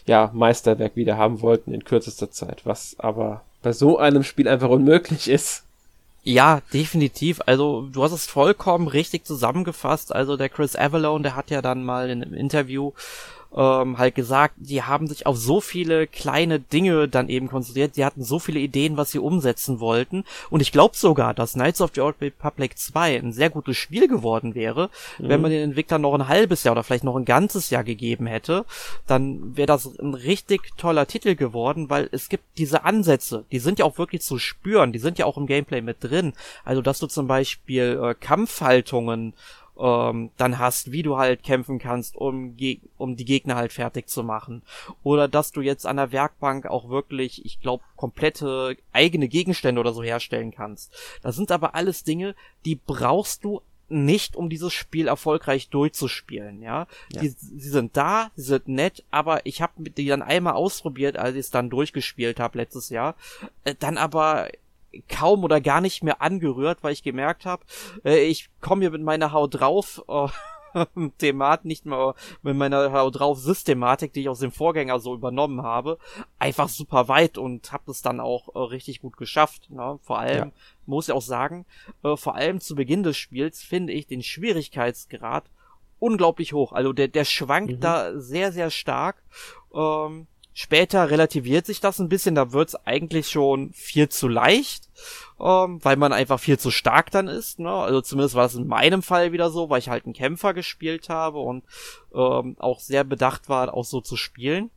ja, Meisterwerk wieder haben wollten in kürzester Zeit, was aber bei so einem Spiel einfach unmöglich ist. Ja, definitiv. Also du hast es vollkommen richtig zusammengefasst. Also der Chris Avellone, der hat ja dann mal in einem Interview ähm, halt gesagt, die haben sich auf so viele kleine Dinge dann eben konzentriert. Sie hatten so viele Ideen, was sie umsetzen wollten. Und ich glaube sogar, dass Knights of the Old Republic zwei ein sehr gutes Spiel geworden wäre, mhm. wenn man den Entwicklern noch ein halbes Jahr oder vielleicht noch ein ganzes Jahr gegeben hätte. Dann wäre das ein richtig toller Titel geworden, weil es gibt diese Ansätze, die sind ja auch wirklich zu spüren, die sind ja auch im Gameplay mit drin. Also, dass du zum Beispiel äh, Kampfhaltungen ähm, dann hast, wie du halt kämpfen kannst, um, Geg- um die Gegner halt fertig zu machen. Oder dass du jetzt an der Werkbank auch wirklich, ich glaube, komplette eigene Gegenstände oder so herstellen kannst. Das sind aber alles Dinge, die brauchst du nicht, um dieses Spiel erfolgreich durchzuspielen, ja. ja. Die, sie sind da, sie sind nett, aber ich habe die dann einmal ausprobiert, als ich es dann durchgespielt habe letztes Jahr. Äh, dann aber kaum oder gar nicht mehr angerührt, weil ich gemerkt habe, äh, ich komme hier mit meiner Haut drauf äh, Thematik, nicht mehr mit meiner Haut drauf Systematik, die ich aus dem Vorgänger so übernommen habe, einfach super weit und habe das dann auch äh, richtig gut geschafft. Ne? Vor allem, ja. muss ich auch sagen, äh, vor allem zu Beginn des Spiels finde ich den Schwierigkeitsgrad unglaublich hoch. Also der, der schwankt mhm. da sehr, sehr stark. Ähm, Später relativiert sich das ein bisschen, da wird's eigentlich schon viel zu leicht, ähm, weil man einfach viel zu stark dann ist, ne? Also zumindest war es in meinem Fall wieder so, weil ich halt einen Kämpfer gespielt habe und ähm, auch sehr bedacht war, auch so zu spielen.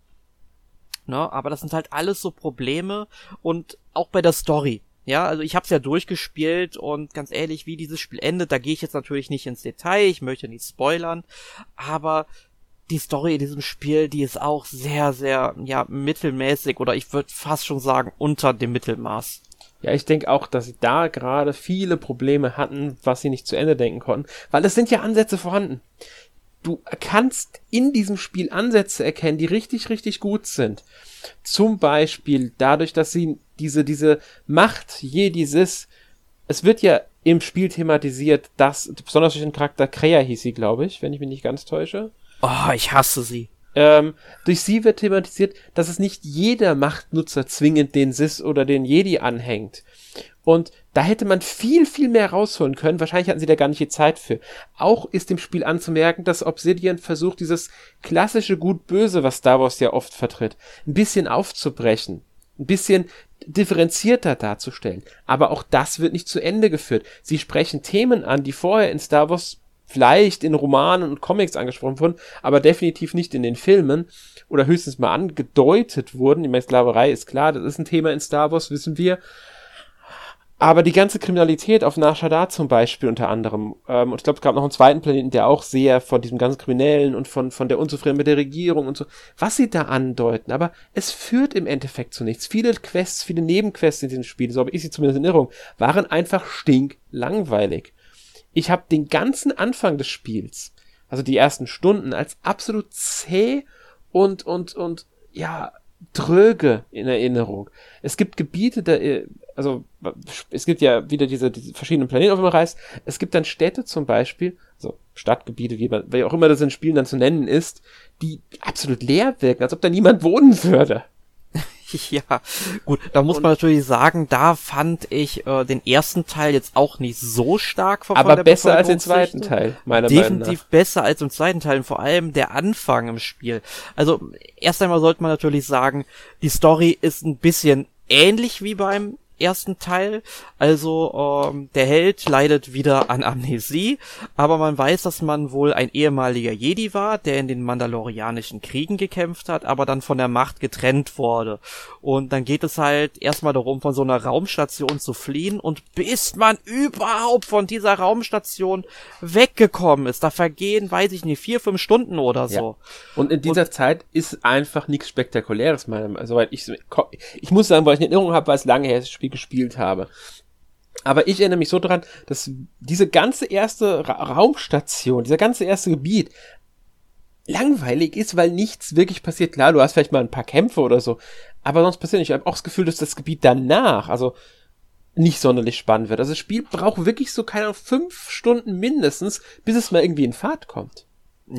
Ne? Aber das sind halt alles so Probleme und auch bei der Story. Ja, also ich hab's ja durchgespielt und ganz ehrlich, wie dieses Spiel endet, da gehe ich jetzt natürlich nicht ins Detail, ich möchte nicht spoilern, aber die Story in diesem Spiel, die ist auch sehr, sehr, ja, mittelmäßig oder ich würde fast schon sagen, unter dem Mittelmaß. Ja, ich denke auch, dass sie da gerade viele Probleme hatten, was sie nicht zu Ende denken konnten, weil es sind ja Ansätze vorhanden. Du kannst in diesem Spiel Ansätze erkennen, die richtig, richtig gut sind. Zum Beispiel dadurch, dass sie diese, diese Macht Jedi-Sis, es wird ja im Spiel thematisiert, dass, besonders durch den Charakter Kreia hieß sie, glaube ich, wenn ich mich nicht ganz täusche. Oh, ich hasse sie. Ähm, durch sie wird thematisiert, dass es nicht jeder Machtnutzer zwingend den Sith oder den Jedi anhängt. Und da hätte man viel, viel mehr rausholen können. Wahrscheinlich hatten sie da gar nicht die Zeit für. Auch ist dem Spiel anzumerken, dass Obsidian versucht, dieses klassische Gut-Böse, was Star Wars ja oft vertritt, ein bisschen aufzubrechen. Ein bisschen differenzierter darzustellen. Aber auch das wird nicht zu Ende geführt. Sie sprechen Themen an, die vorher in Star Wars vielleicht in Romanen und Comics angesprochen wurden, aber definitiv nicht in den Filmen oder höchstens mal angedeutet wurden. Ich meine, Sklaverei ist klar, das ist ein Thema in Star Wars, wissen wir. Aber die ganze Kriminalität auf Nar Shaddaa zum Beispiel unter anderem, ähm, und ich glaube, es gab noch einen zweiten Planeten, der auch sehr von diesem ganzen Kriminellen und von, von der Unzufriedenheit mit der Regierung und so, was sie da andeuten, aber es führt im Endeffekt zu nichts. Viele Quests, viele Nebenquests in diesem Spiel, so habe ich sie zumindest in Erinnerung, waren einfach stinklangweilig. Ich habe den ganzen Anfang des Spiels, also die ersten Stunden, als absolut zäh und, und, und, ja, dröge in Erinnerung. Es gibt Gebiete, da, also, es gibt ja wieder diese, diese verschiedenen Planeten, auf denen man reist. Es gibt dann Städte zum Beispiel, also Stadtgebiete, wie man, wie auch immer das in Spielen dann zu nennen ist, die absolut leer wirken, als ob da niemand wohnen würde. Ja, gut, da muss und, man natürlich sagen, da fand ich äh, den ersten Teil jetzt auch nicht so stark von, aber von der besser als den zweiten Teil, meiner Meinung nach. Definitiv besser als im zweiten Teil und vor allem der Anfang im Spiel. Also erst einmal sollte man natürlich sagen, die Story ist ein bisschen ähnlich wie beim ersten Teil, also ähm, der Held leidet wieder an Amnesie, aber man weiß, dass man wohl ein ehemaliger Jedi war, der in den Mandalorianischen Kriegen gekämpft hat, aber dann von der Macht getrennt wurde. Und dann geht es halt erstmal darum, von so einer Raumstation zu fliehen und bis man überhaupt von dieser Raumstation weggekommen ist, da vergehen, weiß ich nicht, vier, fünf Stunden oder so. Ja. Und in dieser und, Zeit ist einfach nichts Spektakuläres, meiner, soweit ich, ich muss sagen, weil ich eine Erinnerung habe, weil es lange her ist, das Spiel gespielt habe. Aber ich erinnere mich so dran, dass diese ganze erste Ra- Raumstation, dieser ganze erste Gebiet langweilig ist, weil nichts wirklich passiert. Klar, du hast vielleicht mal ein paar Kämpfe oder so, aber sonst passiert nicht. Ich habe auch das Gefühl, dass das Gebiet danach, also nicht sonderlich spannend wird. Also das Spiel braucht wirklich so, keine Ahnung, fünf Stunden mindestens, bis es mal irgendwie in Fahrt kommt. Ja,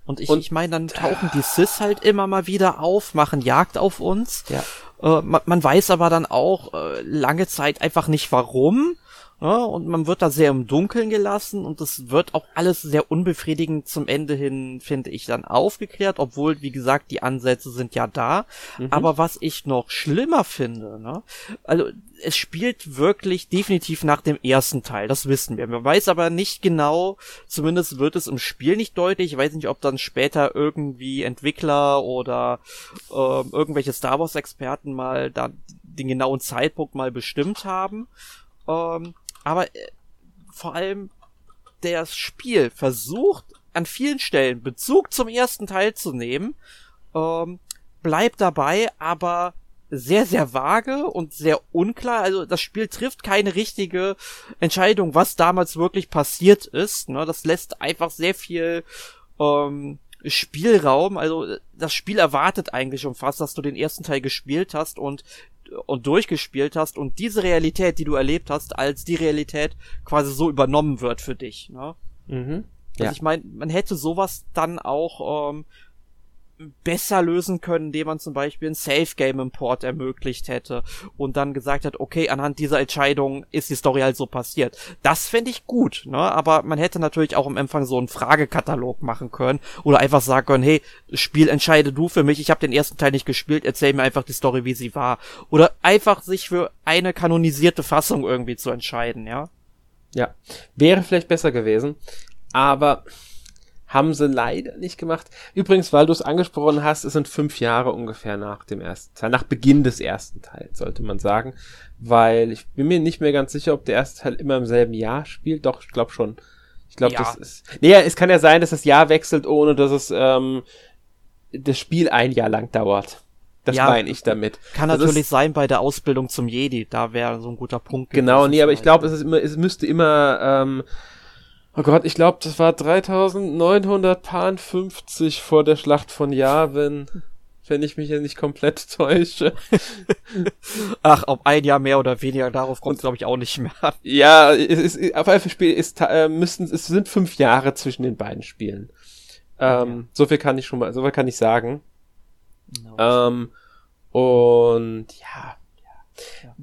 Und ich, und, ich meine, dann tauchen die Sith halt immer mal wieder auf, machen Jagd auf uns. Ja. Äh, man, man weiß aber dann auch äh, lange Zeit einfach nicht warum. Ja, und man wird da sehr im Dunkeln gelassen und das wird auch alles sehr unbefriedigend zum Ende hin, finde ich, dann aufgeklärt, obwohl, wie gesagt, die Ansätze sind ja da. Mhm. Aber was ich noch schlimmer finde, ne, also es spielt wirklich definitiv nach dem ersten Teil, das wissen wir. Man weiß aber nicht genau, zumindest wird es im Spiel nicht deutlich, ich weiß nicht, ob dann später irgendwie Entwickler oder äh, irgendwelche Star Wars Experten mal da den genauen Zeitpunkt mal bestimmt haben. Ähm, Aber äh, vor allem das Spiel versucht an vielen Stellen Bezug zum ersten Teil zu nehmen, ähm, bleibt dabei, aber sehr, sehr vage und sehr unklar. Also das Spiel trifft keine richtige Entscheidung, was damals wirklich passiert ist. Ne? Das lässt einfach sehr viel ähm, Spielraum. Also das Spiel erwartet eigentlich schon fast, dass du den ersten Teil gespielt hast und und durchgespielt hast und diese Realität, die du erlebt hast, als die Realität quasi so übernommen wird für dich. Ne? Mhm. Ja. Also ich meine, man hätte sowas dann auch ähm, besser lösen können, indem man zum Beispiel einen Safe-Game-Import ermöglicht hätte und dann gesagt hat, okay, anhand dieser Entscheidung ist die Story halt so passiert. Das fände ich gut, ne? Aber man hätte natürlich auch am Anfang so einen Fragekatalog machen können oder einfach sagen können, hey, Spiel, entscheide du für mich, ich habe den ersten Teil nicht gespielt, erzähl mir einfach die Story, wie sie war. Oder einfach sich für eine kanonisierte Fassung irgendwie zu entscheiden, ja? Ja, wäre vielleicht besser gewesen, aber haben sie leider nicht gemacht. Übrigens, weil du es angesprochen hast, es sind fünf Jahre ungefähr nach dem ersten Teil, nach Beginn des ersten Teils, sollte man sagen, weil ich bin mir nicht mehr ganz sicher, ob der erste Teil immer im selben Jahr spielt. Doch, ich glaube schon. Ich glaube, ja. das ist... Nee, es kann ja sein, dass das Jahr wechselt, ohne dass es ähm, das Spiel ein Jahr lang dauert. Das ja, meine ich damit. Kann das natürlich ist, sein bei der Ausbildung zum Jedi, da wäre so ein guter Punkt. Genau, nee, aber ich glaube, es ist immer, es müsste immer... Ähm, Oh Gott, ich glaube, das war dreitausendneunhundertfünfzig vor der Schlacht von Yavin, wenn ich mich ja nicht komplett täusche. Ach, ob ein Jahr mehr oder weniger, darauf kommt es, glaube ich, auch nicht mehr an. Ja, es ist, auf jeden Fall ist, äh, müssten, es sind fünf Jahre zwischen den beiden Spielen. Ähm, ja. So viel kann ich schon mal, so viel kann ich sagen. No. Ähm, und ja, ja.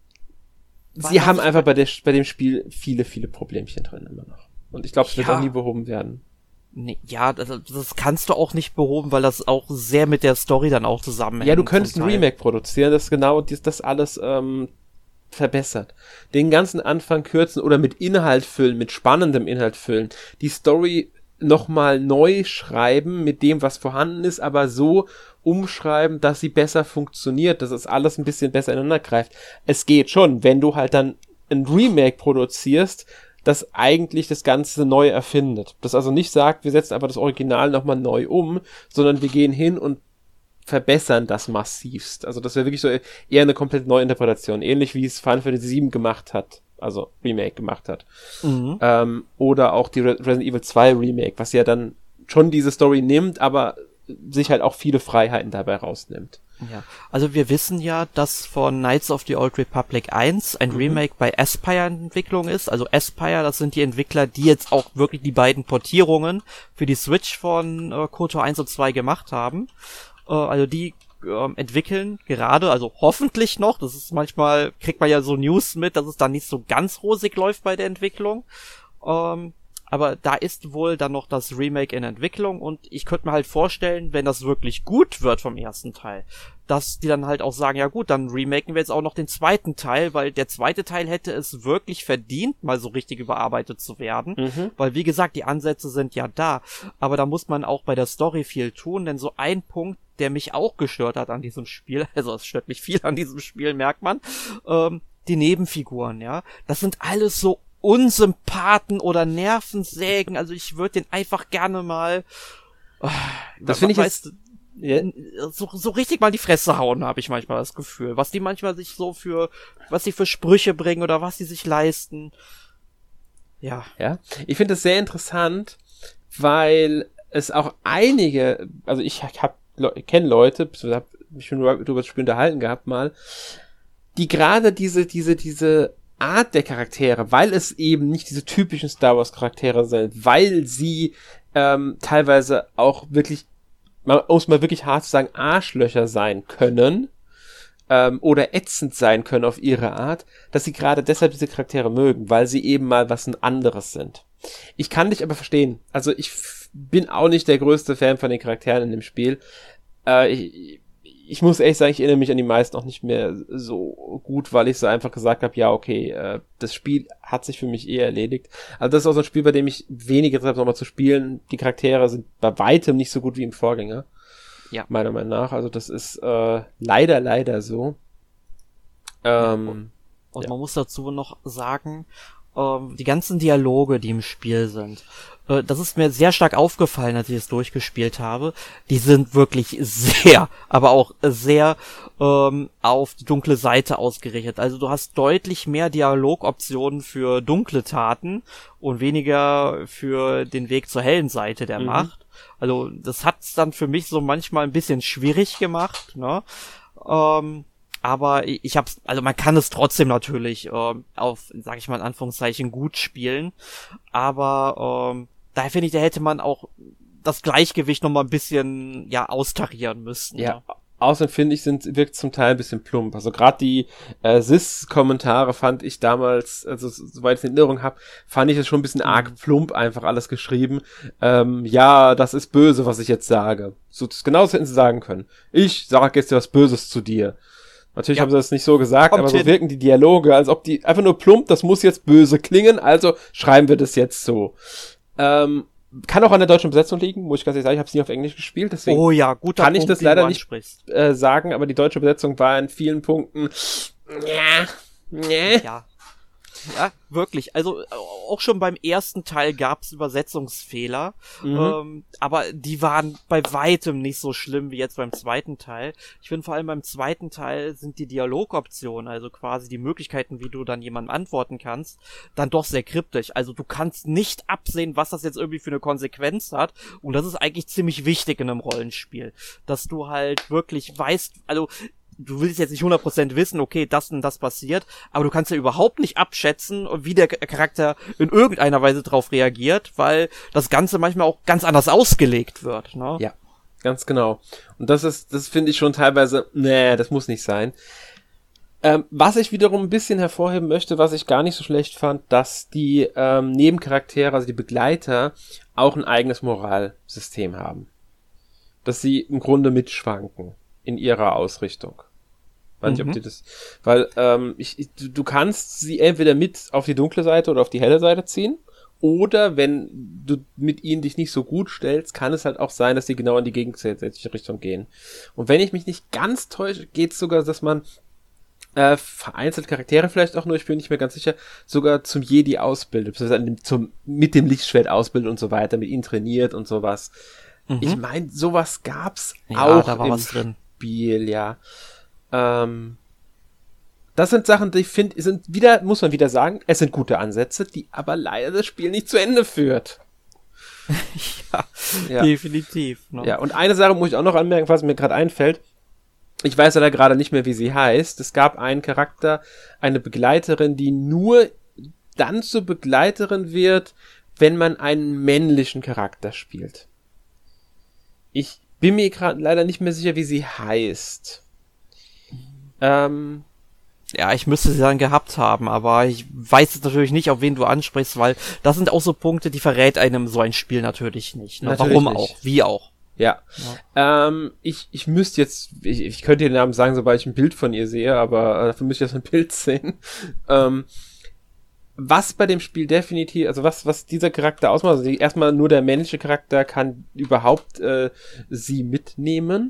ja. Sie haben einfach bei, der, bei dem Spiel viele, viele Problemchen drin immer noch. Und ich glaube, es wird ja. auch nie behoben werden. Nee, ja, das, das kannst du auch nicht behoben, weil das auch sehr mit der Story dann auch zusammenhängt. Ja, du könntest ein Remake produzieren, das genau das, das alles ähm, verbessert. Den ganzen Anfang kürzen oder mit Inhalt füllen, mit spannendem Inhalt füllen. Die Story nochmal neu schreiben mit dem, was vorhanden ist, aber so umschreiben, dass sie besser funktioniert, dass es alles ein bisschen besser ineinander greift. Es geht schon, wenn du halt dann ein Remake produzierst, das eigentlich das Ganze neu erfindet. Das also nicht sagt, wir setzen einfach das Original nochmal neu um, sondern wir gehen hin und verbessern das massivst. Also das wäre wirklich so eher eine komplett neue Interpretation. Ähnlich wie es Final Fantasy sieben gemacht hat. Also Remake gemacht hat. Mhm. Ähm, oder auch die Re- Resident Evil zwei Remake, was ja dann schon diese Story nimmt, aber sich halt auch viele Freiheiten dabei rausnimmt. Ja, also wir wissen ja, dass von Knights of the Old Republic eins ein mhm. Remake bei Aspyr in Entwicklung ist. Also Aspyr, das sind die Entwickler, die jetzt auch wirklich die beiden Portierungen für die Switch von äh, KOTOR eins und zwei gemacht haben. Äh, also die äh, entwickeln gerade, also hoffentlich noch, das ist manchmal, kriegt man ja so News mit, dass es dann nicht so ganz rosig läuft bei der Entwicklung. Ähm, Aber da ist wohl dann noch das Remake in Entwicklung und ich könnte mir halt vorstellen, wenn das wirklich gut wird vom ersten Teil, dass die dann halt auch sagen, ja gut, dann remaken wir jetzt auch noch den zweiten Teil, weil der zweite Teil hätte es wirklich verdient, mal so richtig überarbeitet zu werden, mhm. weil wie gesagt, die Ansätze sind ja da, aber da muss man auch bei der Story viel tun, denn so ein Punkt, der mich auch gestört hat an diesem Spiel, also es stört mich viel an diesem Spiel, merkt man, ähm, die Nebenfiguren, ja, das sind alles so Unsympathen oder Nervensägen, also ich würde den einfach gerne mal oh, das finde ich weißt, jetzt, so, so richtig mal die Fresse hauen, habe ich manchmal das Gefühl, was die manchmal sich so für, was sie für Sprüche bringen oder was sie sich leisten. Ja. Ja, ich finde das sehr interessant, weil es auch einige, also ich hab, kenne Leute, ich habe mich schon über das Spiel unterhalten gehabt mal, die gerade diese, diese, diese Art der Charaktere, weil es eben nicht diese typischen Star Wars Charaktere sind, weil sie ähm, teilweise auch wirklich, man muss mal wirklich hart sagen, Arschlöcher sein können, ähm, oder ätzend sein können auf ihre Art, dass sie gerade deshalb diese Charaktere mögen, weil sie eben mal was anderes sind. Ich kann dich aber verstehen. Also ich f- bin auch nicht der größte Fan von den Charakteren in dem Spiel. Äh, ich, ich muss ehrlich sagen, ich erinnere mich an die meisten auch nicht mehr so gut, weil ich so einfach gesagt habe, ja, okay, äh, das Spiel hat sich für mich eher erledigt. Also das ist auch so ein Spiel, bei dem ich weniger Zeit habe, nochmal zu spielen. Die Charaktere sind bei weitem nicht so gut wie im Vorgänger. Ja. Meiner Meinung nach. Also das ist äh, leider, leider so. Ähm, Und ja. man muss dazu noch sagen, ähm, die ganzen Dialoge, die im Spiel sind, äh, das ist mir sehr stark aufgefallen, als ich es durchgespielt habe. Die sind wirklich sehr, aber auch sehr ähm, auf die dunkle Seite ausgerichtet. Also du hast deutlich mehr Dialogoptionen für dunkle Taten und weniger für den Weg zur hellen Seite der Mhm. Macht. Also das hat's dann für mich so manchmal ein bisschen schwierig gemacht, ne? Ähm, aber ich, ich hab's, also man kann es trotzdem natürlich ähm, auf, sag ich mal in Anführungszeichen, gut spielen. Aber ähm, daher finde ich, da hätte man auch das Gleichgewicht noch mal ein bisschen ja austarieren müssen. Ja, Ne? außerdem finde ich, sind, wirkt zum Teil ein bisschen plump. Also gerade die äh, S I S-Kommentare fand ich damals, also soweit ich es in Erinnerung habe, fand ich es schon ein bisschen arg Mhm. plump einfach alles geschrieben. Ähm, ja, das ist böse, was ich jetzt sage. So, das, genau das hätten sie sagen können. Ich sage jetzt was Böses zu dir. Natürlich Ja. haben sie das nicht so gesagt, Kommt aber so hin. wirken die Dialoge, als ob die einfach nur plump, das muss jetzt böse klingen, also schreiben wir das jetzt so. Ähm, kann auch an der deutschen Besetzung liegen, muss ich ganz ehrlich sagen, ich habe es nie auf Englisch gespielt, deswegen Oh ja, guter kann ich Punkt, das den leider du nicht ansprichst. äh, sagen, aber die deutsche Besetzung war in vielen Punkten ja, nee. Ja. Ja, wirklich. Also äh, auch schon beim ersten Teil gab's Übersetzungsfehler, Mhm. ähm, aber die waren bei weitem nicht so schlimm wie jetzt beim zweiten Teil. Ich finde vor allem beim zweiten Teil sind die Dialogoptionen, also quasi die Möglichkeiten, wie du dann jemandem antworten kannst, dann doch sehr kryptisch. Also du kannst nicht absehen, was das jetzt irgendwie für eine Konsequenz hat, und das ist eigentlich ziemlich wichtig in einem Rollenspiel, dass du halt wirklich weißt, also du willst jetzt nicht hundert Prozent wissen, okay, das und das passiert, aber du kannst ja überhaupt nicht abschätzen, wie der Charakter in irgendeiner Weise drauf reagiert, weil das Ganze manchmal auch ganz anders ausgelegt wird, ne? Ja, ganz genau. Und das ist, das finde ich schon teilweise, nee, das muss nicht sein. Ähm, was ich wiederum ein bisschen hervorheben möchte, was ich gar nicht so schlecht fand, dass die ähm, Nebencharaktere, also die Begleiter, auch ein eigenes Moralsystem haben. Dass sie im Grunde mitschwanken in ihrer Ausrichtung. Weiß nicht, Mhm. ob die das, weil ähm, ich, ich, du, du kannst sie entweder mit auf die dunkle Seite oder auf die helle Seite ziehen, oder wenn du mit ihnen dich nicht so gut stellst, kann es halt auch sein, dass sie genau in die gegensätzliche Richtung gehen. Und wenn ich mich nicht ganz täusche, geht es sogar, dass man äh, vereinzelt Charaktere vielleicht auch nur, ich bin nicht mehr ganz sicher, sogar zum Jedi ausbildet, beziehungsweise zum, mit dem Lichtschwert ausbildet und so weiter, mit ihnen trainiert und sowas. Mhm. Ich meine, sowas gab's Ja, auch da war im was drin. Spiel, ja. Ähm, das sind Sachen, die ich finde, sind wieder, muss man wieder sagen, es sind gute Ansätze, die aber leider das Spiel nicht zu Ende führt. ja, Ja. definitiv. Ne? Ja, und eine Sache muss ich auch noch anmerken, was mir gerade einfällt. Ich weiß leider gerade nicht mehr, wie sie heißt. Es gab einen Charakter, eine Begleiterin, die nur dann zur Begleiterin wird, wenn man einen männlichen Charakter spielt. Ich bin mir gerade leider nicht mehr sicher, wie sie heißt. Ähm, Ja, ich müsste sie dann gehabt haben, aber ich weiß jetzt natürlich nicht, auf wen du ansprichst, weil das sind auch so Punkte, die verrät einem so ein Spiel natürlich nicht. Ne? Natürlich Warum nicht. auch? Wie auch? ja. Ähm, ich, ich müsste jetzt, ich, ich könnte den Namen sagen, sobald ich ein Bild von ihr sehe, aber äh, dafür müsste ich jetzt ein Bild sehen. Ähm, was bei dem Spiel definitiv, also was, was dieser Charakter ausmacht, also die, erstmal nur der männliche Charakter kann überhaupt äh, sie mitnehmen.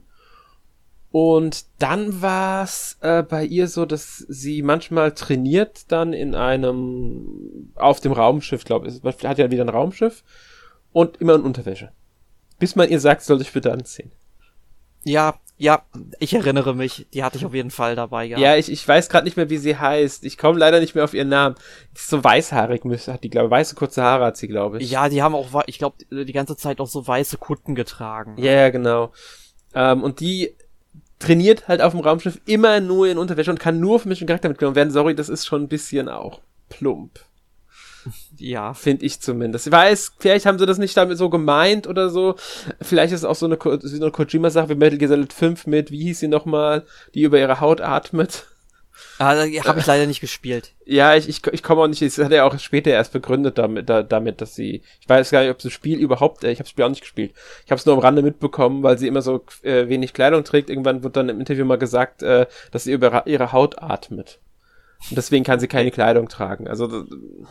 Und dann war es äh, bei ihr so, dass sie manchmal trainiert dann in einem, auf dem Raumschiff, glaube ich, hat ja wieder ein Raumschiff und immer in Unterwäsche. Bis man ihr sagt, soll sich bitte anziehen. Ja, ja, ich erinnere mich, die hatte ich auf jeden Fall dabei gehabt. Ja, ich, ich weiß gerade nicht mehr, wie sie heißt. Ich komme leider nicht mehr auf ihren Namen. Die ist so weißhaarig, müsste, hat die, glaube ich. Weiße, kurze Haare hat sie, glaube ich. Ja, die haben auch, ich glaube, die ganze Zeit auch so weiße Kutten getragen. Ja, ja, genau. Ähm, und die trainiert halt auf dem Raumschiff immer nur in Unterwäsche und kann nur für mich einen Charakter mitgenommen werden. Sorry, das ist schon ein bisschen auch plump. Ja. Finde ich zumindest. Ich weiß, vielleicht haben sie das nicht damit so gemeint oder so. Vielleicht ist es auch so eine, Ko- so eine Kojima-Sache wie Metal Gear Solid fünf mit, wie hieß sie nochmal, die über ihre Haut atmet. Ah, habe ich leider nicht gespielt. Ja, ich, ich, ich komme auch nicht, das hat er auch später erst begründet damit, da, damit, dass sie, ich weiß gar nicht, ob das Spiel überhaupt, äh, ich habe das Spiel auch nicht gespielt. Ich habe es nur am Rande mitbekommen, weil sie immer so äh, wenig Kleidung trägt. Irgendwann wird dann im Interview mal gesagt, äh, dass sie über ihre Haut atmet. Und deswegen kann sie keine Kleidung tragen. Also, das,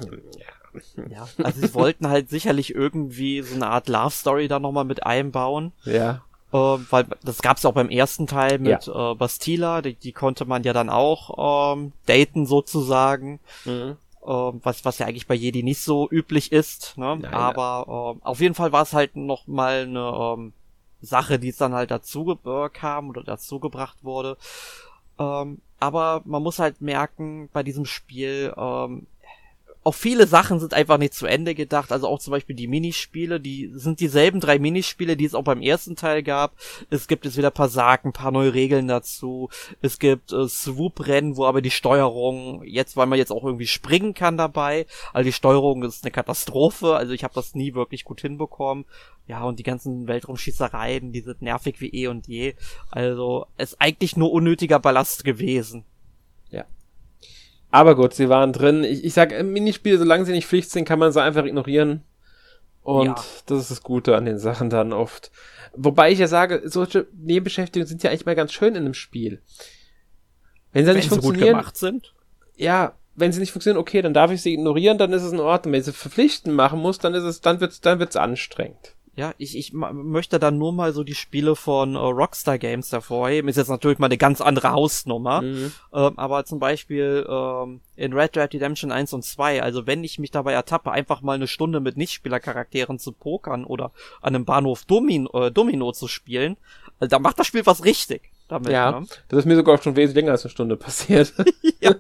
ja. Ja, also sie wollten halt sicherlich irgendwie so eine Art Love-Story da nochmal mit einbauen. Ja. Äh, weil das gab's ja auch beim ersten Teil mit ja. äh, Bastila, die, die konnte man ja dann auch ähm, daten sozusagen. Mhm. Ähm, was was ja eigentlich bei Jedi nicht so üblich ist. Ne? Nein, aber ähm, auf jeden Fall war es halt noch mal eine ähm, Sache, die es dann halt dazu äh, kam oder dazu gebracht wurde. Ähm, aber man muss halt merken, bei diesem Spiel, ähm, auch viele Sachen sind einfach nicht zu Ende gedacht, also auch zum Beispiel die Minispiele, die sind dieselben drei Minispiele, die es auch beim ersten Teil gab. Es gibt jetzt wieder ein paar Sagen, ein paar neue Regeln dazu. Es gibt äh, Swoop-Rennen, wo aber die Steuerung, jetzt, weil man jetzt auch irgendwie springen kann dabei, also die Steuerung ist eine Katastrophe, also ich habe das nie wirklich gut hinbekommen. Ja, und die ganzen Weltraumschießereien, die sind nervig wie eh und je. Also, ist eigentlich nur unnötiger Ballast gewesen. Ja. Aber gut, sie waren drin. Ich, ich sag, Minispiele, solange sie nicht Pflicht sind, kann man sie einfach ignorieren. Und ja. Das ist das Gute an den Sachen dann oft. Wobei ich ja sage, solche Nebenbeschäftigungen sind ja eigentlich mal ganz schön in einem Spiel. Wenn sie wenn nicht sie funktionieren, gut gemacht sind. Ja, wenn sie nicht funktionieren, okay, dann darf ich sie ignorieren, dann ist es in Ordnung. Wenn ich sie verpflichtend machen muss, dann ist es, dann wird's, dann wird's anstrengend. Ja, ich, ich möchte dann nur mal so die Spiele von äh, Rockstar Games hervorheben. Ist jetzt natürlich mal eine ganz andere Hausnummer. Mhm. Ähm, aber zum Beispiel ähm, in Red Dead Redemption eins und zwei, also wenn ich mich dabei ertappe, einfach mal eine Stunde mit Nichtspielercharakteren zu pokern oder an einem Bahnhof Domino, äh, Domino zu spielen, also da macht das Spiel was richtig damit. Ja, ne? Das ist mir sogar schon wesentlich länger als eine Stunde passiert. Ja.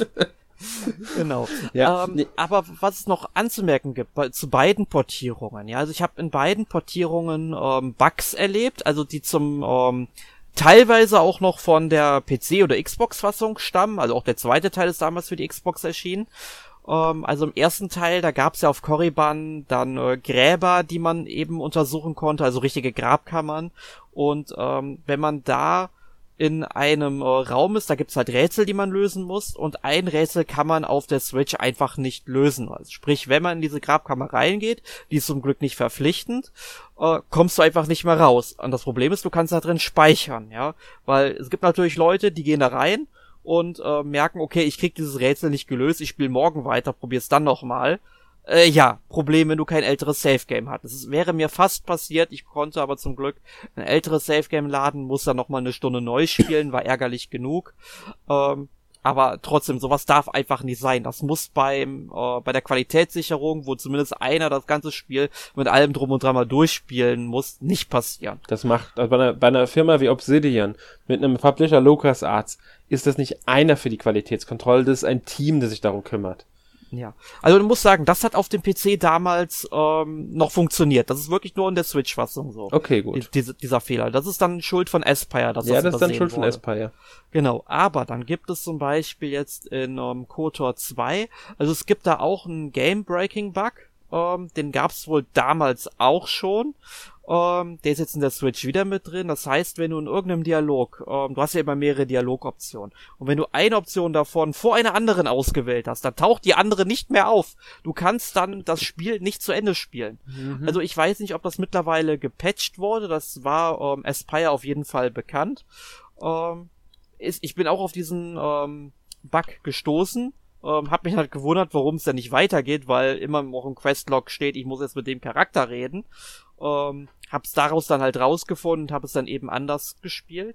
Genau. Ja. Ähm, nee. Aber was es noch anzumerken gibt bei, zu beiden Portierungen, ja, also ich habe in beiden Portierungen ähm, Bugs erlebt, also die zum ähm, teilweise auch noch von der P C- oder Xbox-Fassung stammen, also auch der zweite Teil ist damals für die Xbox erschienen. Ähm, also im ersten Teil, da gab's ja auf Korriban dann äh, Gräber, die man eben untersuchen konnte, also richtige Grabkammern. Und ähm, wenn man da in einem äh, Raum ist, da gibt's halt Rätsel, die man lösen muss, und ein Rätsel kann man auf der Switch einfach nicht lösen. Also sprich, wenn man in diese Grabkammer reingeht, die ist zum Glück nicht verpflichtend, äh, kommst du einfach nicht mehr raus. Und das Problem ist, du kannst da drin speichern, ja, weil es gibt natürlich Leute, die gehen da rein und äh, merken, okay, ich krieg dieses Rätsel nicht gelöst, ich spiele morgen weiter, probier's dann nochmal. Äh, ja, Problem, wenn du kein älteres Safe-Game hattest. Es wäre mir fast passiert, ich konnte aber zum Glück ein älteres Safe-Game laden, muss dann nochmal eine Stunde neu spielen, war ärgerlich genug. Ähm, aber trotzdem, sowas darf einfach nicht sein. Das muss beim äh, bei der Qualitätssicherung, wo zumindest einer das ganze Spiel mit allem drum und dran mal durchspielen muss, nicht passieren. Das macht, also bei einer, bei einer Firma wie Obsidian, mit einem Publisher LucasArts, ist das nicht einer für die Qualitätskontrolle, das ist ein Team, das sich darum kümmert. Ja, also du musst sagen, das hat auf dem P C damals ähm, noch funktioniert. Das ist wirklich nur in der Switch-Fassung so. Okay, gut. Die, diese, dieser Fehler. Das ist dann Schuld von Aspyr. Dass ja, das, das ist dann Schuld wurde. von Aspyr. Genau, aber dann gibt es zum Beispiel jetzt in ähm, KOTOR zwei, also es gibt da auch einen Game-Breaking-Bug. Ähm, den gab's wohl damals auch schon. Ähm, der ist jetzt in der Switch wieder mit drin. Das heißt, wenn du in irgendeinem Dialog, ähm, du hast ja immer mehrere Dialogoptionen, und wenn du eine Option davon vor einer anderen ausgewählt hast, dann taucht die andere nicht mehr auf. Du kannst dann das Spiel nicht zu Ende spielen. Mhm. Also ich weiß nicht, ob das mittlerweile gepatcht wurde. Das war ähm, Aspyr auf jeden Fall bekannt. Ähm, ist, ich bin auch auf diesen ähm, Bug gestoßen. Ähm, hab mich halt gewundert, warum es da nicht weitergeht, weil immer auch im Questlog steht, ich muss jetzt mit dem Charakter reden. Ähm, hab's daraus dann halt rausgefunden und hab es dann eben anders gespielt.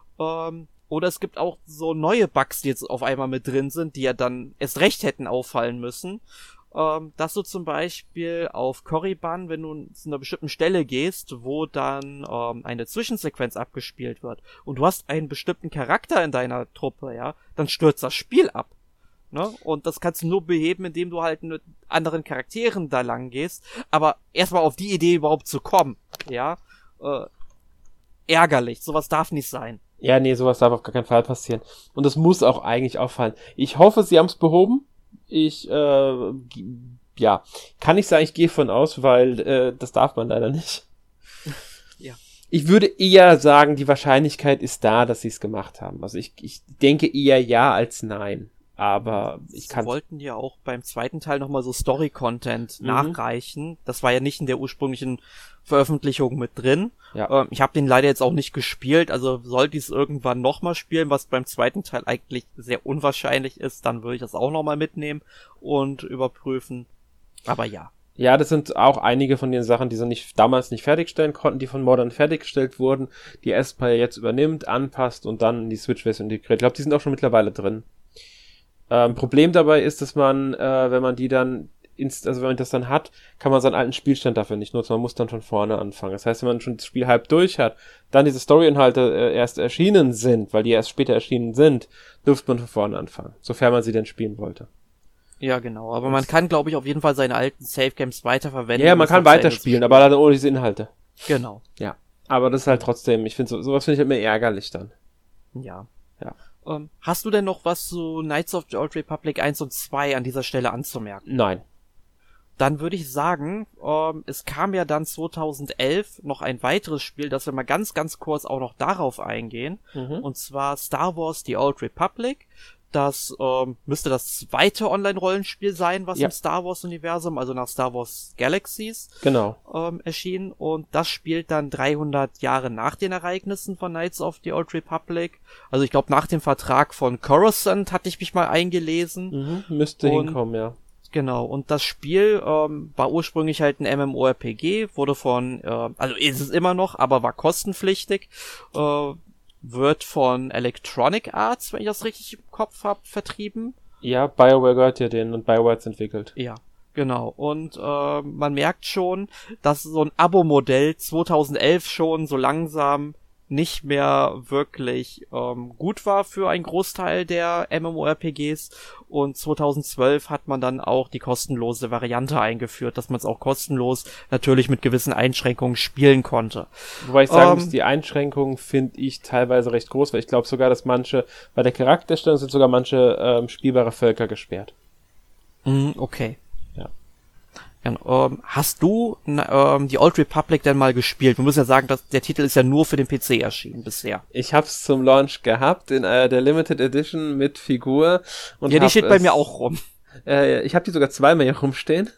Ähm, oder es gibt auch so neue Bugs, die jetzt auf einmal mit drin sind, die ja dann erst recht hätten auffallen müssen. Ähm, dass du zum Beispiel auf Korriban, wenn du zu einer bestimmten Stelle gehst, wo dann ähm, eine Zwischensequenz abgespielt wird und du hast einen bestimmten Charakter in deiner Truppe, ja, dann stürzt das Spiel ab. Ne? Und das kannst du nur beheben, indem du halt mit anderen Charakteren da lang gehst. Aber erstmal auf die Idee überhaupt zu kommen, ja, äh, ärgerlich. Sowas darf nicht sein. Ja, nee, sowas darf auf gar keinen Fall passieren. Und das muss auch eigentlich auffallen. Ich hoffe, sie haben es behoben. Ich, äh, ja, kann ich sagen, ich gehe von aus, weil äh, das darf man leider nicht. Ja. Ich würde eher sagen, die Wahrscheinlichkeit ist da, dass sie es gemacht haben. Also ich, ich denke eher ja als nein. Aber ich kann. Sie wollten ja auch beim zweiten Teil nochmal so Story-Content Mhm. nachreichen. Das war ja nicht in der ursprünglichen Veröffentlichung mit drin. Ja. Ähm, ich habe den leider jetzt auch nicht gespielt, also sollte ich es irgendwann nochmal spielen, was beim zweiten Teil eigentlich sehr unwahrscheinlich ist, dann würde ich das auch nochmal mitnehmen und überprüfen. Aber ja. Ja, das sind auch einige von den Sachen, die sie nicht, damals nicht fertigstellen konnten, die von Modern fertiggestellt wurden, die Aspire jetzt übernimmt, anpasst und dann in die Switch-Version integriert. Ich glaube, die sind auch schon mittlerweile drin. Ähm, Problem dabei ist, dass man, äh, wenn man die dann, inst- also wenn man das dann hat, kann man seinen alten Spielstand dafür nicht nutzen. Man muss dann von vorne anfangen. Das heißt, wenn man schon das Spiel halb durch hat, dann diese Story-Inhalte äh, erst erschienen sind, weil die erst später erschienen sind, dürfte man von vorne anfangen. Sofern man sie denn spielen wollte. Ja, genau. Aber man kann, glaube ich, auf jeden Fall seine alten Save-Games weiterverwenden. Ja, man um kann es zu Ende zu weiterspielen, aber leider ohne diese Inhalte. Genau. Ja. Aber das ist halt trotzdem, ich finde, so, sowas finde ich immer ärgerlich dann. Ja. Ja. Ähm, hast du denn noch was zu Knights of the Old Republic eins und zwei an dieser Stelle anzumerken? Nein. Dann würde ich sagen, ähm, es kam ja dann zweitausendelf noch ein weiteres Spiel, dass wir mal ganz, ganz kurz auch noch darauf eingehen. Mhm. Und zwar Star Wars The Old Republic. Das ähm, müsste das zweite Online-Rollenspiel sein, was Ja. im Star Wars-Universum, also nach Star Wars Galaxies, Genau. ähm, erschienen. Und das spielt dann dreihundert Jahre nach den Ereignissen von Knights of the Old Republic. Also ich glaube, nach dem Vertrag von Coruscant hatte ich mich mal eingelesen. Mhm. Müsste Und- hinkommen, ja. Genau, und das Spiel ähm, war ursprünglich halt ein MMORPG, wurde von, äh, also ist es immer noch, aber war kostenpflichtig, äh, wird von Electronic Arts, wenn ich das richtig im Kopf habe, vertrieben. Ja, BioWare gehört ja denen und BioWare hat's entwickelt. Ja, genau. Und äh, man merkt schon, dass so ein Abo-Modell zweitausendelf schon so langsam nicht mehr wirklich ähm, gut war für einen Großteil der MMORPGs, und zweitausendzwölf hat man dann auch die kostenlose Variante eingeführt, dass man es auch kostenlos natürlich mit gewissen Einschränkungen spielen konnte. Wobei ich sagen Ähm, muss, die Einschränkungen finde ich teilweise recht groß, weil ich glaube sogar, dass manche, bei der Charakterstellung sind sogar manche ähm, spielbare Völker gesperrt. Mm, okay. Ja. Ja, ähm, hast du na, ähm, die Old Republic denn mal gespielt? Wir müssen ja sagen, dass der Titel ist ja nur für den P C erschienen bisher. Ich hab's zum Launch gehabt in äh, der Limited Edition mit Figur. Und Ja, die hab steht bei es- mir auch rum. Äh, ich habe die sogar zweimal hier rumstehen.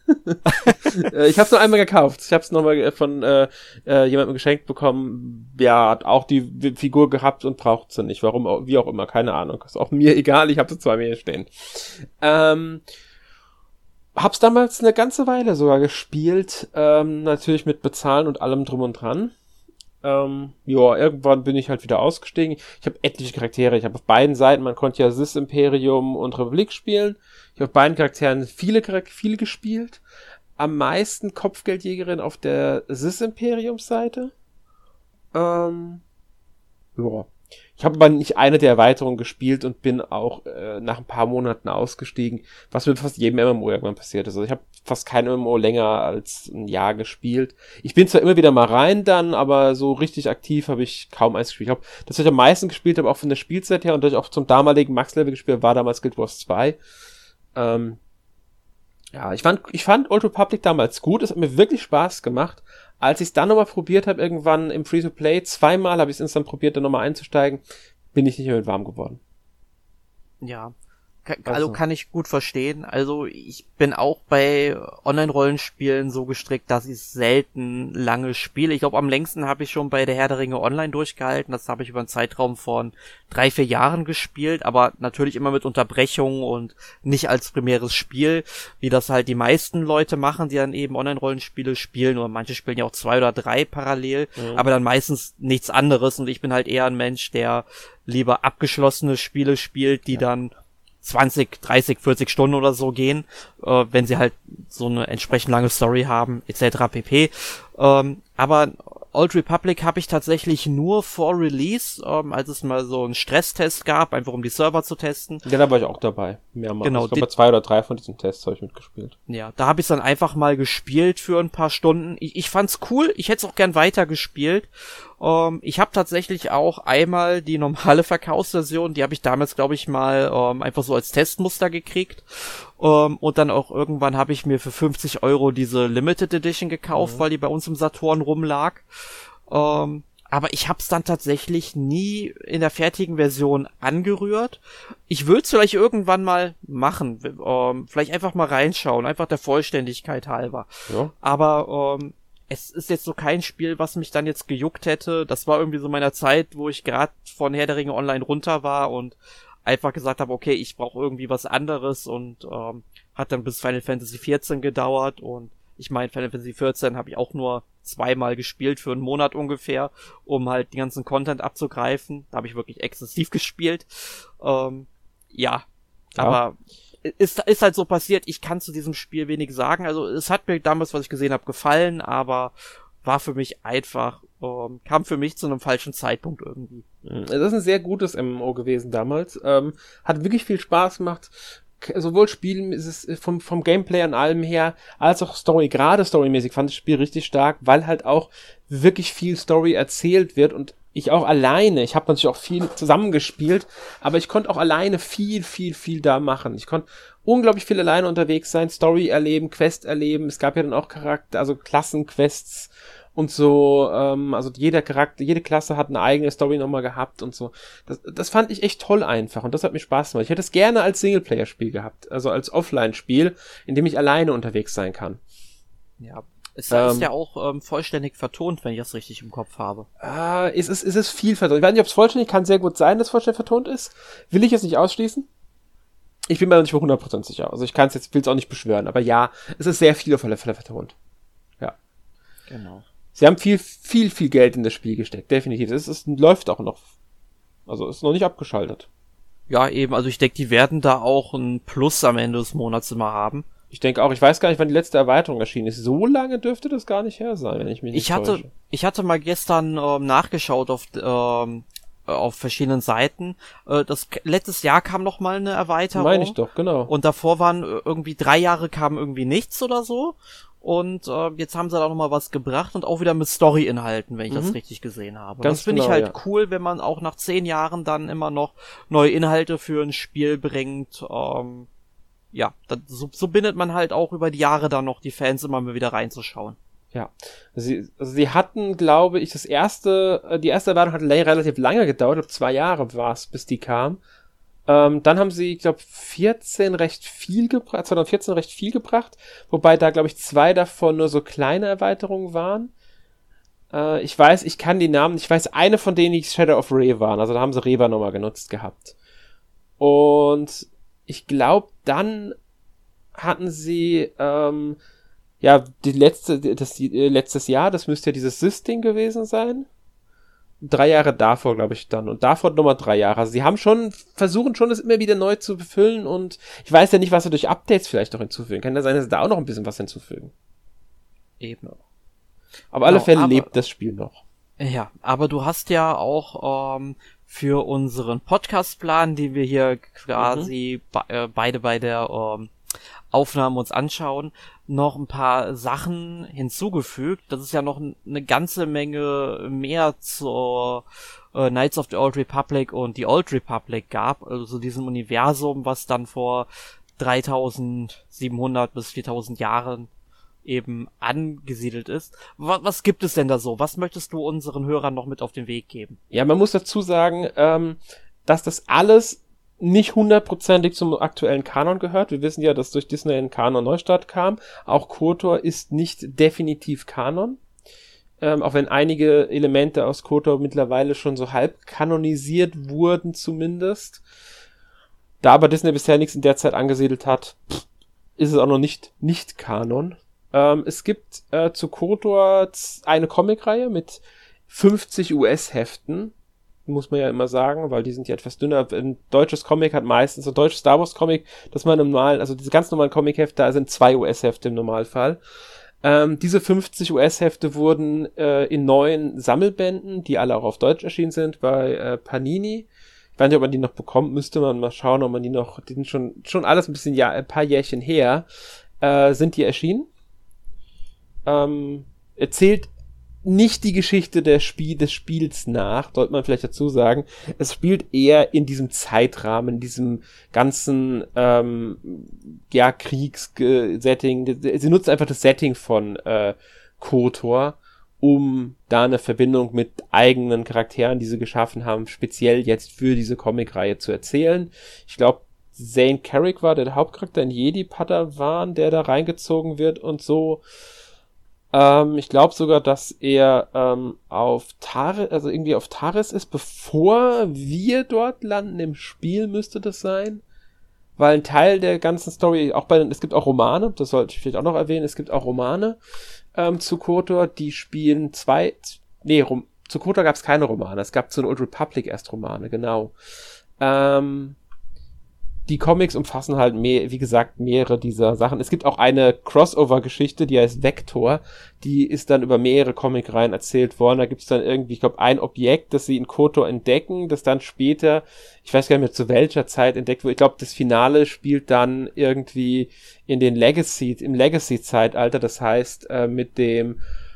äh, ich habe es nur einmal gekauft. Ich habe es nochmal von äh, äh, jemandem geschenkt bekommen. Ja, hat auch die W- Figur gehabt und braucht sie nicht. Warum, auch- wie auch immer, keine Ahnung. Ist auch mir egal, ich habe sie zweimal hier stehen. Ähm, hab's damals eine ganze Weile sogar gespielt. Ähm, natürlich mit Bezahlen und allem drum und dran. Ähm, ja, irgendwann bin ich halt wieder ausgestiegen. Ich habe etliche Charaktere. Ich habe auf beiden Seiten, man konnte ja Sith Imperium und Republik spielen. Ich habe auf beiden Charakteren viele Charaktere, viele gespielt. Am meisten Kopfgeldjägerin auf der Sith Imperium Seite. Ähm, ja. Ich habe aber nicht eine der Erweiterungen gespielt und bin auch äh, nach ein paar Monaten ausgestiegen, was mit fast jedem M M O irgendwann passiert ist. Also ich habe fast kein M M O länger als ein Jahr gespielt. Ich bin zwar immer wieder mal rein dann, aber so richtig aktiv habe ich kaum eins gespielt. Ich glaube, das, was ich am meisten gespielt habe, auch von der Spielzeit her und das ich auch zum damaligen Max-Level gespielt habe, war damals Guild Wars zwei. Ähm, ja, ich fand, ich fand Old Republic damals gut. Es hat mir wirklich Spaß gemacht. Als ich es dann nochmal probiert habe, irgendwann im Free-to-Play, zweimal habe ich es instant probiert, dann nochmal einzusteigen, bin ich nicht mehr mit warm geworden. Ja. Ka- Also. Also kann ich gut verstehen. Also ich bin auch bei Online-Rollenspielen so gestrickt, dass ich selten lange spiele. Ich glaube, am längsten habe ich schon bei der Herr der Ringe Online durchgehalten. Das habe ich über einen Zeitraum von drei, vier Jahren gespielt, aber natürlich immer mit Unterbrechungen und nicht als primäres Spiel, wie das halt die meisten Leute machen, die dann eben Online-Rollenspiele spielen, oder manche spielen ja auch zwei oder drei parallel, Mhm. aber dann meistens nichts anderes, und ich bin halt eher ein Mensch, der lieber abgeschlossene Spiele spielt, die Ja. dann zwanzig, dreißig, vierzig Stunden oder so gehen, äh, wenn sie halt so eine entsprechend lange Story haben, et cetera pp. Ähm, aber Old Republic habe ich tatsächlich nur vor Release, ähm, als es mal so einen Stresstest gab, einfach um die Server zu testen. Ja, da war ich auch dabei. Mehrmals. Genau, Ich glaube, die- bei zwei oder drei von diesen Tests habe ich mitgespielt. Ja, da habe ich dann einfach mal gespielt für ein paar Stunden. Ich, ich fand's cool, ich hätte es auch gern weiter gespielt. Ähm, ich habe tatsächlich auch einmal die normale Verkaufsversion, die habe ich damals, glaube ich, mal ähm, einfach so als Testmuster gekriegt. Ähm, und dann auch irgendwann habe ich mir für fünfzig Euro diese Limited Edition gekauft, mhm. weil die bei uns im Saturn rumlag. Ähm, aber ich hab's dann tatsächlich nie in der fertigen Version angerührt. Ich würde es vielleicht irgendwann mal machen. Ähm, vielleicht einfach mal reinschauen, einfach der Vollständigkeit halber. Ja. Aber ähm, es ist jetzt so kein Spiel, was mich dann jetzt gejuckt hätte. Das war irgendwie so meiner Zeit, wo ich gerade von Herr der Ringe Online runter war und einfach gesagt habe, okay, ich brauche irgendwie was anderes und ähm, hat dann bis Final Fantasy vierzehn gedauert und ich meine, Final Fantasy vierzehn habe ich auch nur zweimal gespielt für einen Monat ungefähr, um halt den ganzen Content abzugreifen. Da habe ich wirklich exzessiv gespielt. Ähm, ja, ja, aber ist, ist halt so passiert, ich kann zu diesem Spiel wenig sagen. Also es hat mir damals, was ich gesehen habe, gefallen, aber war für mich einfach, ähm, kam für mich zu einem falschen Zeitpunkt irgendwie. Es ist ein sehr gutes M M O gewesen damals. Ähm, hat wirklich viel Spaß gemacht. Sowohl Spielen ist es vom, vom Gameplay an allem her, als auch Story. Gerade storymäßig fand ich das Spiel richtig stark, weil halt auch wirklich viel Story erzählt wird und ich auch alleine, ich habe natürlich auch viel zusammengespielt, aber ich konnte auch alleine viel, viel, viel da machen. Ich konnte unglaublich viel alleine unterwegs sein, Story erleben, Quest erleben. Es gab ja dann auch Charakter, also Klassenquests und so, ähm, also jeder Charakter, jede Klasse hat eine eigene Story nochmal gehabt und so. Das, das fand ich echt toll einfach und das hat mir Spaß gemacht. Ich hätte es gerne als Singleplayer-Spiel gehabt, also als Offline-Spiel, in dem ich alleine unterwegs sein kann. Ja, es ähm, ist ja auch ähm, vollständig vertont, wenn ich das richtig im Kopf habe. Ah, es ist, es ist viel vertont. Ich weiß nicht, ob es vollständig, kann sehr gut sein, dass es vollständig vertont ist. Will ich jetzt nicht ausschließen. Ich bin mir noch nicht hundert Prozent sicher. Also ich kann es jetzt, will es auch nicht beschwören, aber ja, es ist sehr viel auf alle Fälle vertont. Ja. Genau. Sie haben viel, viel, viel Geld in das Spiel gesteckt, definitiv. Es ist, läuft auch noch. Also ist noch nicht abgeschaltet. Ja, eben, also ich denke, die werden da auch ein Plus am Ende des Monats immer haben. Ich denke auch, ich weiß gar nicht, wann die letzte Erweiterung erschienen ist. So lange dürfte das gar nicht her sein, wenn ich mich nicht ich hatte, täusche. Ich hatte mal gestern ähm, nachgeschaut auf, ähm, auf verschiedenen Seiten. Äh, das letztes Jahr kam noch mal eine Erweiterung. Meine ich doch, genau. Und davor waren irgendwie drei Jahre kam irgendwie nichts oder so. Und äh, jetzt haben sie da noch mal was gebracht und auch wieder mit Story-Inhalten, wenn ich mhm. das richtig gesehen habe. Ganz das finde genau, ich halt ja. cool, wenn man auch nach zehn Jahren dann immer noch neue Inhalte für ein Spiel bringt. Ähm, ja, das, so, so bindet man halt auch über die Jahre dann noch die Fans immer mal wieder reinzuschauen. Ja, sie, also sie hatten, glaube ich, das erste, die erste Erwartung hat relativ lange gedauert, ich glaube zwei Jahre war es, bis die kam. Ähm, dann haben sie, ich glaube, vierzehn recht viel gebracht, zwanzig vierzehn recht viel gebracht, wobei da, glaube ich, zwei davon nur so kleine Erweiterungen waren. Äh, ich weiß, ich kann die Namen, ich weiß, eine von denen die Shadow of Re waren, also da haben sie Reva nochmal genutzt gehabt. Und ich glaube, dann hatten sie, ähm, ja, die letzte, das die, äh, letztes Jahr, das müsste ja dieses Sys-Ding gewesen sein. Drei Jahre davor, glaube ich, dann. Und davor nochmal drei Jahre. Also sie haben schon, versuchen schon, das immer wieder neu zu befüllen und ich weiß ja nicht, was sie durch Updates vielleicht noch hinzufügen. Kann ja sein, dass sie da auch noch ein bisschen was hinzufügen. Eben. Aber auf alle Fälle aber, lebt das Spiel noch. Ja, aber du hast ja auch ähm, für unseren Podcast-Plan, den wir hier quasi mhm. be- äh, beide bei der ähm, Aufnahme uns anschauen, noch ein paar Sachen hinzugefügt. Das ist ja noch eine ganze Menge mehr zur äh, Knights of the Old Republic und die Old Republic gab, also so diesem Universum, was dann vor dreitausendsiebenhundert bis viertausend Jahren eben angesiedelt ist. Was, was gibt es denn da so? Was möchtest du unseren Hörern noch mit auf den Weg geben? Ja, man muss dazu sagen, ähm, dass das alles nicht hundertprozentig zum aktuellen Kanon gehört. Wir wissen ja, dass durch Disney ein Kanon-Neustart kam. Auch KOTOR ist nicht definitiv Kanon. Ähm, auch wenn einige Elemente aus KOTOR mittlerweile schon so halb kanonisiert wurden zumindest. Da aber Disney bisher nichts in der Zeit angesiedelt hat, ist es auch noch nicht nicht Kanon. Ähm, es gibt äh, zu KOTOR eine Comicreihe mit fünfzig U S-Heften. Muss man ja immer sagen, weil die sind ja etwas dünner. Ein deutsches Comic hat meistens, ein deutsches Star Wars Comic, das man im normalen, also diese ganz normalen Comic-Hefte, da sind zwei U S-Hefte im Normalfall. Ähm, diese fünfzig U S-Hefte wurden äh, in neuen Sammelbänden, die alle auch auf Deutsch erschienen sind, bei äh, Panini. Ich weiß nicht, ob man die noch bekommt, müsste man mal schauen, ob man die noch, die sind schon, schon alles ein bisschen, ja, ein paar Jährchen her, äh, sind die erschienen. Ähm, erzählt nicht die Geschichte der Spiel, des Spiels nach, sollte man vielleicht dazu sagen. Es spielt eher in diesem Zeitrahmen, in diesem ganzen ähm, ja, Kriegssetting. Sie nutzt einfach das Setting von äh, KOTOR, um da eine Verbindung mit eigenen Charakteren, die sie geschaffen haben, speziell jetzt für diese Comicreihe zu erzählen. Ich glaube, Zane Carrick war der Hauptcharakter in Jedi Padawan, der da reingezogen wird und so. Ähm, ich glaube sogar, dass er ähm, auf Taris, also irgendwie auf Taris ist, bevor wir dort landen. Im Spiel müsste das sein. Weil ein Teil der ganzen Story, auch bei den, es gibt auch Romane, das sollte ich vielleicht auch noch erwähnen, es gibt auch Romane ähm, zu KOTOR, die spielen zwei, nee, Rom, zu KOTOR gab es keine Romane, es gab zu Old Republic erst Romane, genau. Ähm, Die Comics umfassen halt, mehr, wie gesagt, mehrere dieser Sachen. Es gibt auch eine Crossover-Geschichte, die heißt Vector. Die ist dann über mehrere Comicreihen erzählt worden. Da gibt es dann irgendwie, ich glaube, ein Objekt, das sie in KOTOR entdecken, das dann später, ich weiß gar nicht mehr zu welcher Zeit entdeckt wurde. Ich glaube, das Finale spielt dann irgendwie in den Legacy, im Legacy-Zeitalter. Das heißt, äh, mit dem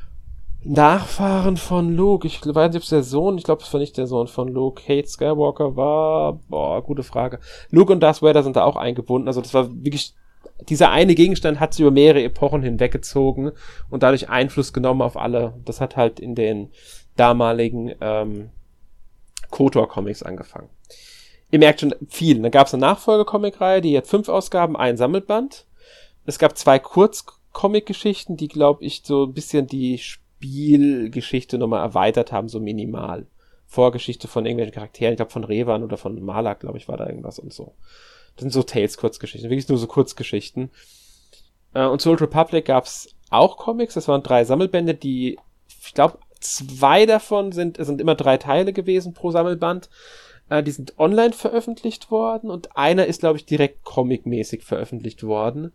Nachfahren von Luke, ich weiß nicht, ob es der Sohn, ich glaube, es war nicht der Sohn von Luke, Kate Skywalker war, boah, gute Frage. Luke und Darth Vader sind da auch eingebunden, also das war wirklich, dieser eine Gegenstand hat sich über mehrere Epochen hinweggezogen und dadurch Einfluss genommen auf alle. Das hat halt in den damaligen ähm, KOTOR-Comics angefangen. Ihr merkt schon viel. Dann gab es eine Nachfolge-Comic-Reihe, die hat fünf Ausgaben, ein Sammelband. Es gab zwei Kurz-Comic-Geschichten, die, glaube ich, so ein bisschen die Spielgeschichte nochmal erweitert haben, so minimal. Vorgeschichte von irgendwelchen Charakteren, ich glaube von Revan oder von Malak, glaube ich, war da irgendwas und so. Das sind so Tales-Kurzgeschichten, wirklich nur so Kurzgeschichten. Äh, und zu Old Republic gab's auch Comics, das waren drei Sammelbände, die, ich glaube, zwei davon sind, es sind immer drei Teile gewesen pro Sammelband. Äh, die sind online veröffentlicht worden und einer ist, glaube ich, direkt comic-mäßig veröffentlicht worden.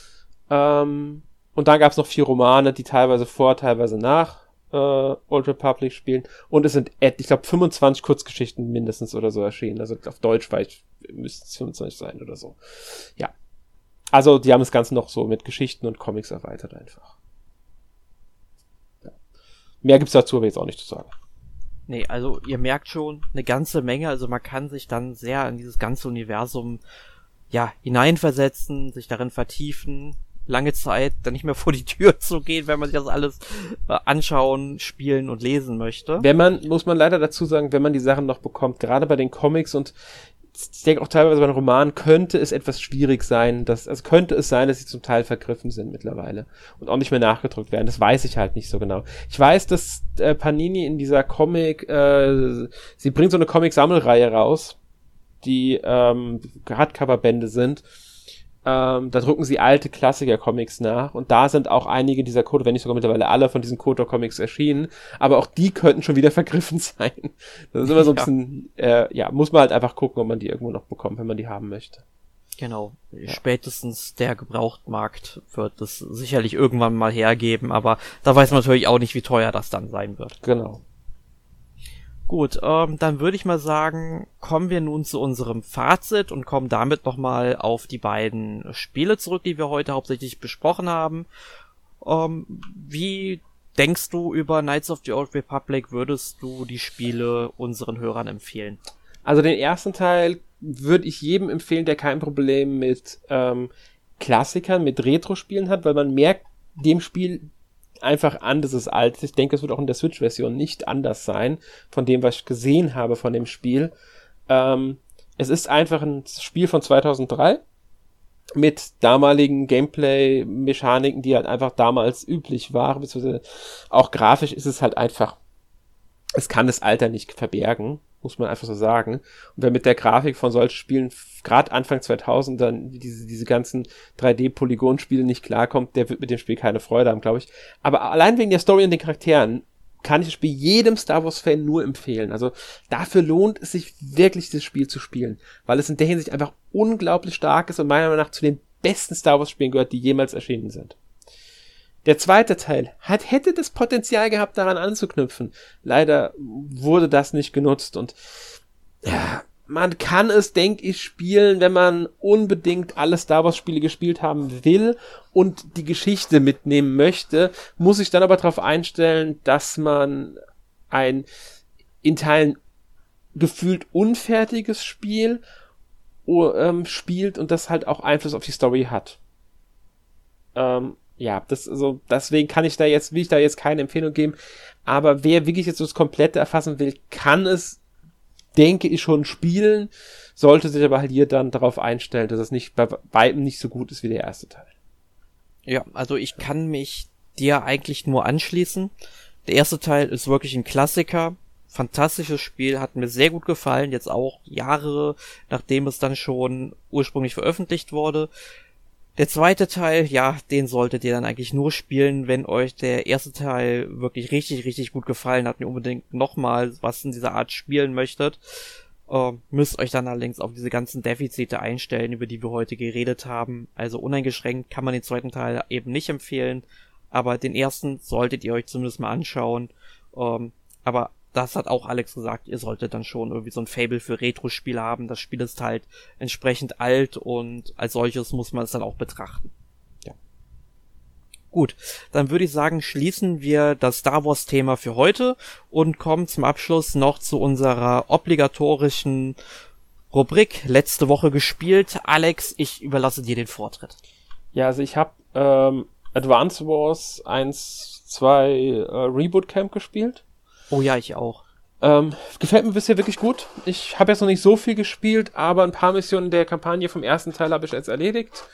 Ähm, Und dann gab es noch vier Romane, die teilweise vor, teilweise nach äh, Old Republic spielen. Und es sind, ich glaube, fünfundzwanzig Kurzgeschichten mindestens oder so erschienen. Also auf Deutsch vielleicht müssten es fünfundzwanzig sein oder so. Ja. Also die haben das Ganze noch so mit Geschichten und Comics erweitert einfach. Ja. Mehr gibt's dazu aber jetzt auch nicht zu sagen. Nee, also ihr merkt schon eine ganze Menge. Also man kann sich dann sehr in dieses ganze Universum ja hineinversetzen, sich darin vertiefen. Lange Zeit dann nicht mehr vor die Tür zu gehen, wenn man sich das alles äh, anschauen, spielen und lesen möchte. Wenn man, muss man leider dazu sagen, wenn man die Sachen noch bekommt, gerade bei den Comics und ich denke auch teilweise bei den Romanen, könnte es etwas schwierig sein, dass, also könnte es sein, dass sie zum Teil vergriffen sind mittlerweile und auch nicht mehr nachgedruckt werden. Das weiß ich halt nicht so genau. Ich weiß, dass äh, Panini in dieser Comic, äh, sie bringt so eine Comic-Sammelreihe raus, die ähm, Hardcover-Bände sind. Ähm, da drucken sie alte Klassiker-Comics nach und da sind auch einige dieser KOTOR, wenn nicht sogar mittlerweile alle von diesen KOTOR-Comics erschienen, aber auch die könnten schon wieder vergriffen sein. Das ist immer so ein ja. bisschen, äh, ja, muss man halt einfach gucken, ob man die irgendwo noch bekommt, wenn man die haben möchte. Genau. Ja. Spätestens der Gebrauchtmarkt wird es sicherlich irgendwann mal hergeben, aber da weiß man natürlich auch nicht, wie teuer das dann sein wird. Genau. Gut, ähm, dann würde ich mal sagen, kommen wir nun zu unserem Fazit und kommen damit nochmal auf die beiden Spiele zurück, die wir heute hauptsächlich besprochen haben. Ähm, wie denkst du über Knights of the Old Republic? Würdest du die Spiele unseren Hörern empfehlen? Also den ersten Teil würde ich jedem empfehlen, der kein Problem mit ähm, Klassikern, mit Retro-Spielen hat, weil man merkt dem Spiel einfach an, dass es alt ist. Ich denke, es wird auch in der Switch-Version nicht anders sein, von dem, was ich gesehen habe von dem Spiel. Ähm, es ist einfach ein Spiel von zweitausenddrei mit damaligen Gameplay-Mechaniken, die halt einfach damals üblich waren, beziehungsweise auch grafisch ist es halt einfach, es kann das Alter nicht verbergen, muss man einfach so sagen. Und wer mit der Grafik von solchen Spielen, gerade Anfang zweitausend, dann diese, diese ganzen drei D-Polygon-Spiele nicht klarkommt, der wird mit dem Spiel keine Freude haben, glaube ich. Aber allein wegen der Story und den Charakteren kann ich das Spiel jedem Star Wars-Fan nur empfehlen. Also dafür lohnt es sich wirklich, das Spiel zu spielen, weil es in der Hinsicht einfach unglaublich stark ist und meiner Meinung nach zu den besten Star Wars-Spielen gehört, die jemals erschienen sind. Der zweite Teil hat, hätte das Potenzial gehabt, daran anzuknüpfen. Leider wurde das nicht genutzt und ja, man kann es, denke ich, spielen, wenn man unbedingt alle Star Wars Spiele gespielt haben will und die Geschichte mitnehmen möchte, muss ich dann aber darauf einstellen, dass man ein in Teilen gefühlt unfertiges Spiel uh, ähm, spielt und das halt auch Einfluss auf die Story hat. Ähm, ja, das, also, deswegen kann ich da jetzt, will ich da jetzt keine Empfehlung geben, aber wer wirklich jetzt so das Komplette erfassen will, kann es, denke ich, schon spielen, sollte sich aber halt hier dann darauf einstellen, dass es nicht bei weitem nicht so gut ist wie der erste Teil. Ja, also ich kann mich dir eigentlich nur anschließen. Der erste Teil ist wirklich ein Klassiker. Fantastisches Spiel, hat mir sehr gut gefallen, jetzt auch Jahre, nachdem es dann schon ursprünglich veröffentlicht wurde. Der zweite Teil, ja, den solltet ihr dann eigentlich nur spielen, wenn euch der erste Teil wirklich richtig, richtig gut gefallen hat und ihr unbedingt nochmal was in dieser Art spielen möchtet. Äh, müsst euch dann allerdings auf diese ganzen Defizite einstellen, über die wir heute geredet haben. Also uneingeschränkt kann man den zweiten Teil eben nicht empfehlen, aber den ersten solltet ihr euch zumindest mal anschauen. Ähm, aber das hat auch Alex gesagt, ihr solltet dann schon irgendwie so ein Faible für Retro-Spiele haben. Das Spiel ist halt entsprechend alt und als solches muss man es dann auch betrachten. Ja. Gut, dann würde ich sagen, schließen wir das Star Wars-Thema für heute und kommen zum Abschluss noch zu unserer obligatorischen Rubrik Letzte Woche gespielt. Alex, ich überlasse dir den Vortritt. Ja, also ich habe ähm, Advance Wars eins, zwei äh, Reboot Camp gespielt. Oh ja, ich auch. Ähm, gefällt mir bisher wirklich gut. Ich habe jetzt noch nicht so viel gespielt, aber ein paar Missionen der Kampagne vom ersten Teil habe ich jetzt erledigt.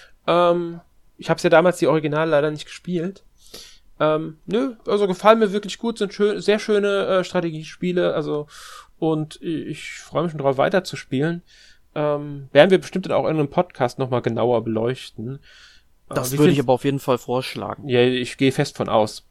Ähm, ich habe es ja damals die Original leider nicht gespielt. Ähm, nö, also gefallen mir wirklich gut, sind schön, sehr schöne äh, Strategiespiele, also und ich freue mich schon drauf, weiter zu spielen. Ähm, werden wir bestimmt dann auch in einem Podcast nochmal genauer beleuchten. Das äh, würde ich aber auf jeden Fall vorschlagen. Ja, ich gehe fest von aus.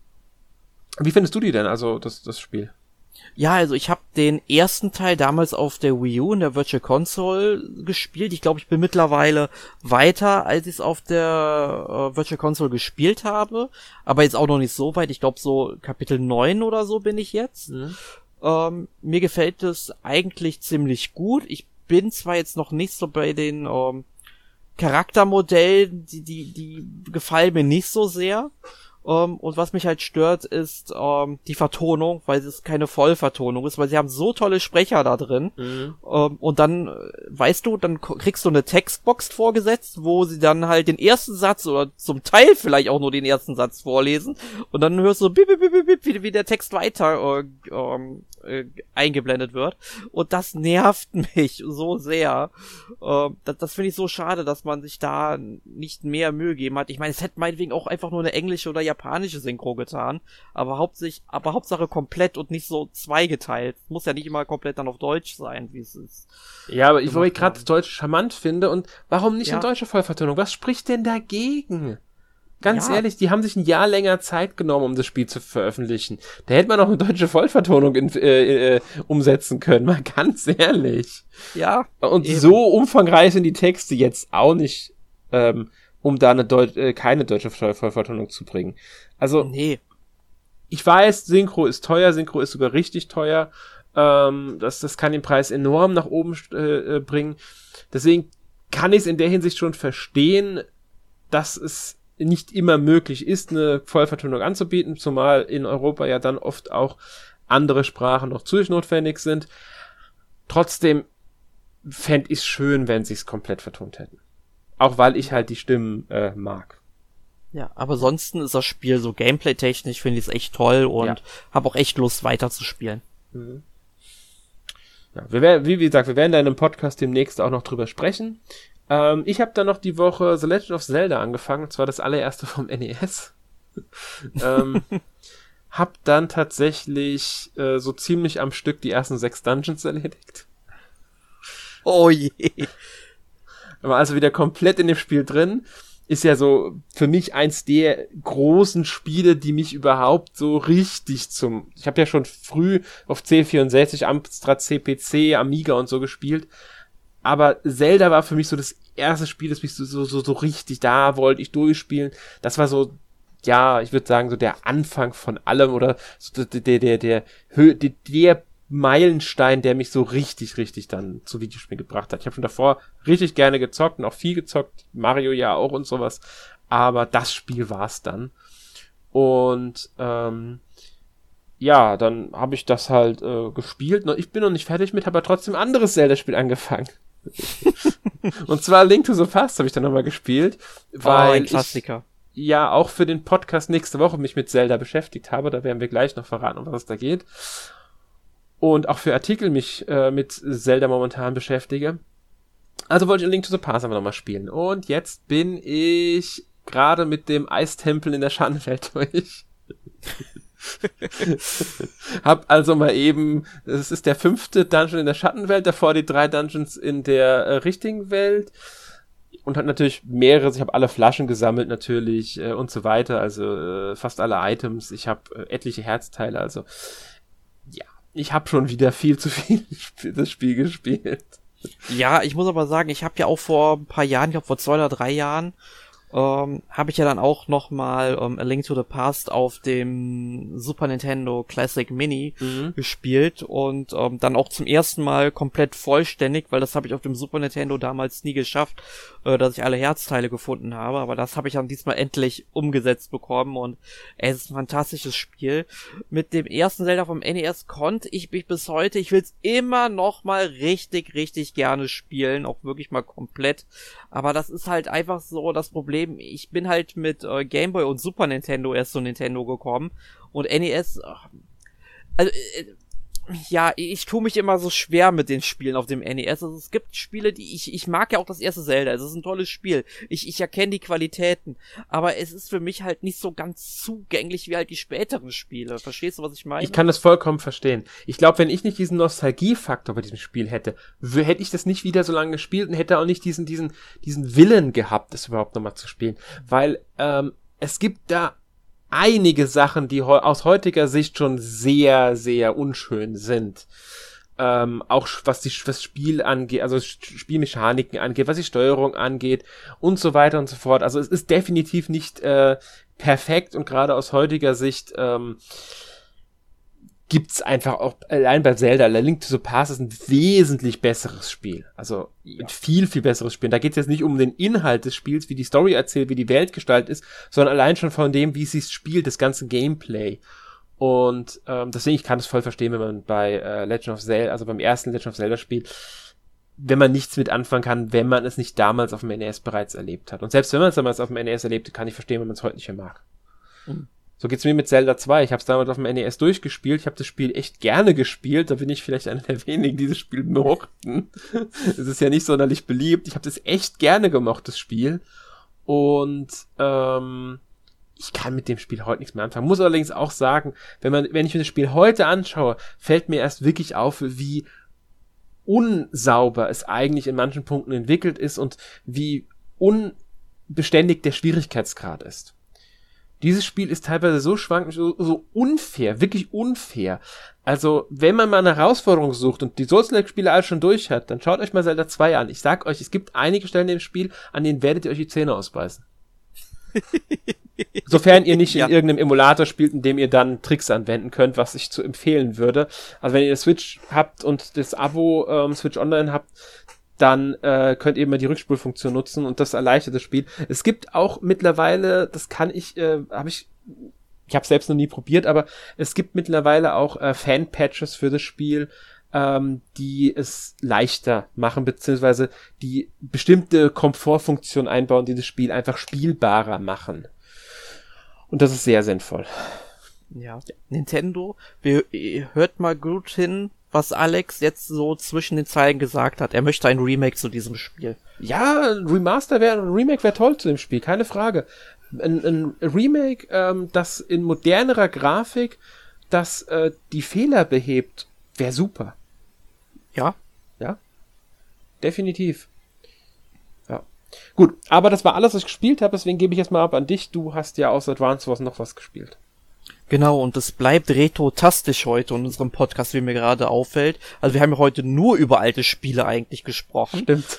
Wie findest du die denn, also das, das Spiel? Ja, also ich habe den ersten Teil damals auf der Wii U in der Virtual Console gespielt. Ich glaube, ich bin mittlerweile weiter, als ich es auf der äh, Virtual Console gespielt habe. Aber jetzt auch noch nicht so weit. Ich glaube, so Kapitel neun oder so bin ich jetzt. Mhm. Ähm, mir gefällt es eigentlich ziemlich gut. Ich bin zwar jetzt noch nicht so bei den ähm, Charaktermodellen, die, die, die gefallen mir nicht so sehr. Um, und was mich halt stört, ist um, die Vertonung, weil es keine Vollvertonung ist, weil sie haben so tolle Sprecher da drin. Mhm. Um, und dann, weißt du, dann kriegst du eine Textbox vorgesetzt, wo sie dann halt den ersten Satz oder zum Teil vielleicht auch nur den ersten Satz vorlesen. Und dann hörst du bip, bip, bip, bip, wie, wie der Text weiter äh, ähm, äh, eingeblendet wird. Und das nervt mich so sehr. Ähm, das das finde ich so schade, dass man sich da nicht mehr Mühe gegeben hat. Ich meine, es hätte meinetwegen auch einfach nur eine englische oder japanische Synchro getan, aber hauptsächlich, aber Hauptsache komplett und nicht so zweigeteilt. Muss ja nicht immer komplett dann auf Deutsch sein, wie es ist. Ja, aber ich, wo ich gerade das Deutsche charmant finde und warum nicht ja. eine deutsche Vollvertonung? Was spricht denn dagegen? Ganz ja. ehrlich, die haben sich ein Jahr länger Zeit genommen, um das Spiel zu veröffentlichen. Da hätte man auch eine deutsche Vollvertonung in, äh, äh, umsetzen können, mal ganz ehrlich. Ja. Und eben. so umfangreich sind die Texte jetzt auch nicht, ähm, um da eine Deut- äh, keine deutsche Vollvertonung zu bringen. Also, nee. Ich weiß, Synchro ist teuer, Synchro ist sogar richtig teuer. Ähm, das, das kann den Preis enorm nach oben äh, bringen. Deswegen kann ich es in der Hinsicht schon verstehen, dass es nicht immer möglich ist, eine Vollvertonung anzubieten, zumal in Europa ja dann oft auch andere Sprachen noch zusätzlich notwendig sind. Trotzdem fände ich es schön, wenn sie es komplett vertont hätten. Auch weil ich halt die Stimmen äh, mag. Ja, aber ansonsten ist das Spiel so gameplay-technisch, finde ich es echt toll und ja. habe auch echt Lust weiterzuspielen. Mhm. Ja, wir werden, wie gesagt, wir werden da in einem Podcast demnächst auch noch drüber sprechen. Ähm, ich habe dann noch die Woche The Legend of Zelda angefangen, und zwar das allererste vom N E S. ähm, hab dann tatsächlich äh, so ziemlich am Stück die ersten sechs Dungeons erledigt. Oh je. Aber also wieder komplett in dem Spiel drin. Ist ja so für mich eins der großen Spiele, die mich überhaupt so richtig zum... Ich habe ja schon früh auf C vierundsechzig, Amstrad C P C, Amiga und so gespielt. Aber Zelda war für mich so das erste Spiel, das mich so, so, so, so richtig, da wollte ich durchspielen. Das war so, ja, ich würde sagen, so der Anfang von allem oder so der, der, der, der, der Meilenstein, der mich so richtig, richtig dann zu Videospielen gebracht hat. Ich habe schon davor richtig gerne gezockt und auch viel gezockt, Mario ja auch und sowas, aber das Spiel war's dann. Und ähm, ja, dann habe ich das halt äh, gespielt. Ich bin noch nicht fertig mit, habe aber trotzdem ein anderes Zelda-Spiel angefangen. Und zwar Link to the Past habe ich dann nochmal gespielt, weil oh, ein Klassiker. Ich ja auch für den Podcast nächste Woche mich mit Zelda beschäftigt habe. Da werden wir gleich noch verraten, um was es da geht. Und auch für Artikel mich äh, mit Zelda momentan beschäftige. Also wollte ich Link to the Past einfach nochmal spielen. Und jetzt bin ich gerade mit dem Eistempel in der Schattenwelt durch. Hab also mal eben, das ist der fünfte Dungeon in der Schattenwelt, davor die drei Dungeons in der äh, richtigen Welt und hat natürlich mehrere, ich habe alle Flaschen gesammelt natürlich äh, und so weiter, also äh, fast alle Items, ich habe äh, etliche Herzteile, also ja, ich habe schon wieder viel zu viel das Spiel gespielt. Ja, ich muss aber sagen, ich habe ja auch vor ein paar Jahren, ich glaube vor zwei oder drei Jahren, Ähm, habe ich ja dann auch nochmal ähm, A Link to the Past auf dem Super Nintendo Classic Mini mhm. gespielt und ähm, dann auch zum ersten Mal komplett vollständig, weil das habe ich auf dem Super Nintendo damals nie geschafft, äh, dass ich alle Herzteile gefunden habe, aber das habe ich dann diesmal endlich umgesetzt bekommen und es ist ein fantastisches Spiel. Mit dem ersten Zelda vom N E S konnte ich mich bis heute, ich will es immer noch mal richtig, richtig gerne spielen, auch wirklich mal komplett, aber das ist halt einfach so das Problem. Ich bin halt mit äh, Game Boy und Super Nintendo erst zu Nintendo gekommen und N E S, ach, also äh, ja, ich tue mich immer so schwer mit den Spielen auf dem N E S. Also es gibt Spiele, die ich, ich mag ja auch das erste Zelda, es ist ein tolles Spiel. Ich, ich erkenne die Qualitäten, aber es ist für mich halt nicht so ganz zugänglich wie halt die späteren Spiele. Verstehst du, was ich meine? Ich kann das vollkommen verstehen. Ich glaube, wenn ich nicht diesen Nostalgiefaktor bei diesem Spiel hätte, w- hätte ich das nicht wieder so lange gespielt und hätte auch nicht diesen, diesen, diesen Willen gehabt, das überhaupt nochmal zu spielen. Weil, ähm, es gibt da einige Sachen, die heu- aus heutiger Sicht schon sehr, sehr unschön sind. Ähm, auch was die was Spiel angeht, also Spielmechaniken angeht, was die Steuerung angeht und so weiter und so fort. Also es ist definitiv nicht äh, perfekt und gerade aus heutiger Sicht ähm, gibt's einfach auch, allein bei Zelda, A Link to the Past ist ein wesentlich besseres Spiel. Also ein viel, viel besseres Spiel. Da geht's jetzt nicht um den Inhalt des Spiels, wie die Story erzählt, wie die Welt gestaltet ist, sondern allein schon von dem, wie es sich spielt, das ganze Gameplay. Und ähm, deswegen, ich kann das voll verstehen, wenn man bei äh, Legend of Zelda, also beim ersten Legend of Zelda Spiel, wenn man nichts mit anfangen kann, wenn man es nicht damals auf dem N E S bereits erlebt hat. Und selbst wenn man es damals auf dem N E S erlebte, kann ich verstehen, wenn man es heute nicht mehr mag. Mhm. So geht's mir mit Zelda zwei. Ich habe es damals auf dem N E S durchgespielt. Ich habe das Spiel echt gerne gespielt. Da bin ich vielleicht einer der wenigen, die das Spiel mochten. Es ist ja nicht sonderlich beliebt. Ich habe das echt gerne gemocht, das Spiel. Und ähm, ich kann mit dem Spiel heute nichts mehr anfangen. Muss allerdings auch sagen, wenn man, wenn ich mir das Spiel heute anschaue, fällt mir erst wirklich auf, wie unsauber es eigentlich in manchen Punkten entwickelt ist und wie unbeständig der Schwierigkeitsgrad ist. Dieses Spiel ist teilweise so schwankend, so, so unfair, wirklich unfair. Also, wenn man mal eine Herausforderung sucht und die Souls-like-Spiele alle schon durch hat, dann schaut euch mal Zelda zwei an. Ich sag euch, es gibt einige Stellen im Spiel, an denen werdet ihr euch die Zähne ausbeißen. Sofern ihr nicht ja. in irgendeinem Emulator spielt, in dem ihr dann Tricks anwenden könnt, was ich zu empfehlen würde. Also, wenn ihr Switch habt und das Abo ähm, Switch Online habt, dann äh, könnt ihr mal die Rückspulfunktion nutzen und das erleichtert das Spiel. Es gibt auch mittlerweile, das kann ich, äh, habe ich, ich habe selbst noch nie probiert, aber es gibt mittlerweile auch äh, Fan-Patches für das Spiel, ähm, die es leichter machen, beziehungsweise die bestimmte Komfortfunktionen einbauen, die das Spiel einfach spielbarer machen. Und das ist sehr sinnvoll. Ja, Nintendo, wir, hört mal gut hin, was Alex jetzt so zwischen den Zeilen gesagt hat. Er möchte ein Remake zu diesem Spiel. Ja, ein Remaster wäre, ein Remake wäre toll zu dem Spiel, keine Frage. Ein, ein Remake, ähm, das in modernerer Grafik, das äh, die Fehler behebt, wäre super. Ja. Ja. Definitiv. Ja. Gut, aber das war alles, was ich gespielt habe, deswegen gebe ich jetzt mal ab an dich. Du hast ja außer Advance Wars noch was gespielt. Genau, und es bleibt retrotastisch heute in unserem Podcast, wie mir gerade auffällt. Also wir haben ja heute nur über alte Spiele eigentlich gesprochen. Stimmt.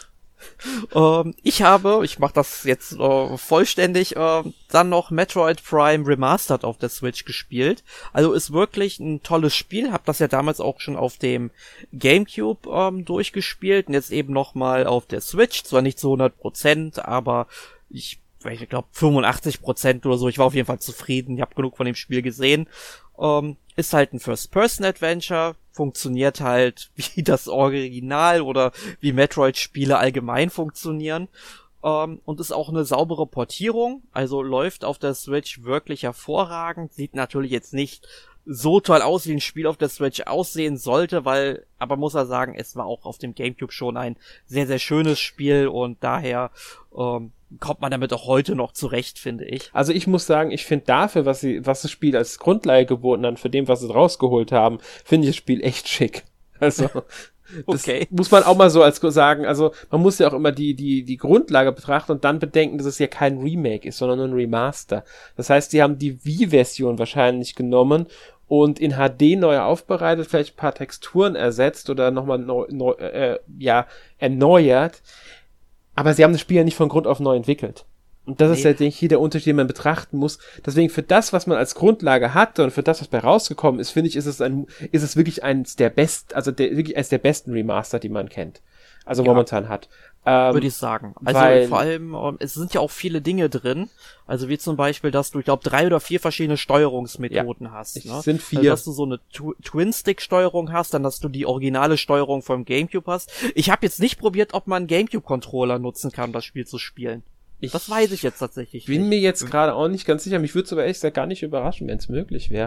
ähm, ich habe, ich mache das jetzt äh, vollständig, äh, dann noch Metroid Prime Remastered auf der Switch gespielt. Also ist wirklich ein tolles Spiel. Hab das ja damals auch schon auf dem GameCube ähm, durchgespielt und jetzt eben nochmal auf der Switch. Zwar nicht zu hundert Prozent, aber ich, ich glaube fünfundachtzig Prozent oder so. Ich war auf jeden Fall zufrieden. Ich habe genug von dem Spiel gesehen. Ähm, ist halt ein First-Person-Adventure, funktioniert halt wie das Original oder wie Metroid-Spiele allgemein funktionieren. Ähm, und ist auch eine saubere Portierung, also läuft auf der Switch wirklich hervorragend. Sieht natürlich jetzt nicht so toll aus, wie ein Spiel auf der Switch aussehen sollte, weil, aber muss er sagen, es war auch auf dem GameCube schon ein sehr, sehr schönes Spiel und daher ähm, kommt man damit auch heute noch zurecht, finde ich. Also ich muss sagen, ich finde dafür, was sie, was das Spiel als Grundlage geboten hat, für dem, was sie rausgeholt haben, finde ich das Spiel echt schick. Also das okay. Muss man auch mal so als sagen, also man muss ja auch immer die, die, die Grundlage betrachten und dann bedenken, dass es ja kein Remake ist, sondern nur ein Remaster. Das heißt, die haben die Wii-Version wahrscheinlich genommen und in H D neu aufbereitet, vielleicht ein paar Texturen ersetzt oder nochmal neu, neu, äh, ja, erneuert. Aber sie haben das Spiel ja nicht von Grund auf neu entwickelt. Und das nee. ist ja, denke ich, hier der Unterschied, den man betrachten muss. Deswegen für das, was man als Grundlage hatte und für das, was bei rausgekommen ist, finde ich, ist es ein, ist es wirklich eins der besten, also der, wirklich eines der besten Remaster, die man kennt. Also ja. momentan hat. Ähm, Würde ich sagen. Also weil, vor allem, ähm, es sind ja auch viele Dinge drin. Also wie zum Beispiel, dass du, ich glaube, drei oder vier verschiedene Steuerungsmethoden ja, hast. Ne? Es sind vier. Also, dass du so eine Tw- Twin-Stick-Steuerung hast, dann dass du die originale Steuerung vom GameCube hast. Ich habe jetzt nicht probiert, ob man einen GameCube-Controller nutzen kann, um das Spiel zu spielen. Ich das weiß ich jetzt tatsächlich bin nicht. mir jetzt gerade auch nicht ganz sicher. Mich würde es aber ehrlich gesagt gar nicht überraschen, wenn es möglich wäre.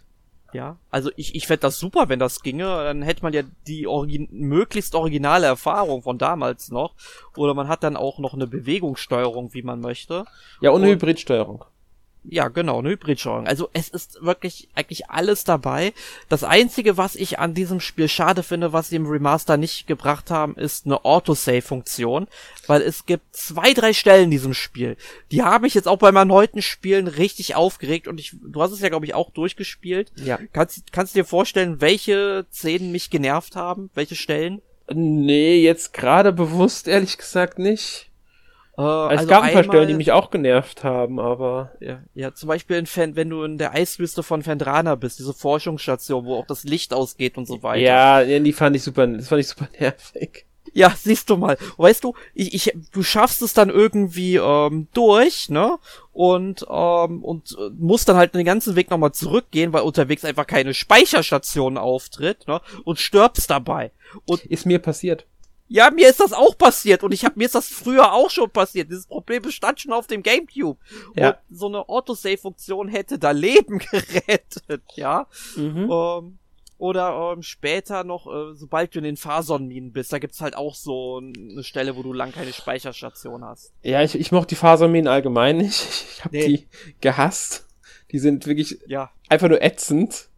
Ja, also ich ich fände das super, wenn das ginge, dann hätte man ja die origin- möglichst originale Erfahrung von damals noch, oder man hat dann auch noch eine Bewegungssteuerung, wie man möchte. Ja, und eine Hybridsteuerung. Ja, genau, eine Hybridsteuerung. Also es ist wirklich eigentlich alles dabei. Das Einzige, was ich an diesem Spiel schade finde, was sie im Remaster nicht gebracht haben, ist eine Autosave-Funktion, weil es gibt zwei, drei Stellen in diesem Spiel. Die haben mich jetzt auch beim erneuten Spielen richtig aufgeregt und ich, du hast es ja, glaube ich, auch durchgespielt. Ja. Kannst, kannst du dir vorstellen, welche Szenen mich genervt haben? Welche Stellen? Nee, jetzt gerade bewusst, ehrlich gesagt, nicht. Äh, es also gab ein paar einmal, Stellen, die mich auch genervt haben, aber... Ja, ja, zum Beispiel, in Fan, wenn du in der Eiswüste von Fendrana bist, diese Forschungsstation, wo auch das Licht ausgeht und so weiter. Ja, die fand ich super, das fand ich super nervig. Ja, siehst du mal. Weißt du, ich, ich, du schaffst es dann irgendwie ähm, durch, ne? Und ähm, und äh, musst dann halt den ganzen Weg nochmal zurückgehen, weil unterwegs einfach keine Speicherstation auftritt, ne? Und stirbst dabei. Und ist mir passiert. Ja, mir ist das auch passiert und ich hab, mir ist das früher auch schon passiert. Dieses Problem bestand schon auf dem GameCube. Ja. Und so eine Autosave-Funktion hätte da Leben gerettet, ja. Mhm. Ähm, oder ähm, später noch, äh, sobald du in den Phasonminen bist, da gibt's halt auch so eine Stelle, wo du lang keine Speicherstation hast. Ja, ich, ich mochte die Phasonminen allgemein nicht. Ich hab nee. die gehasst. Die sind wirklich ja. einfach nur ätzend.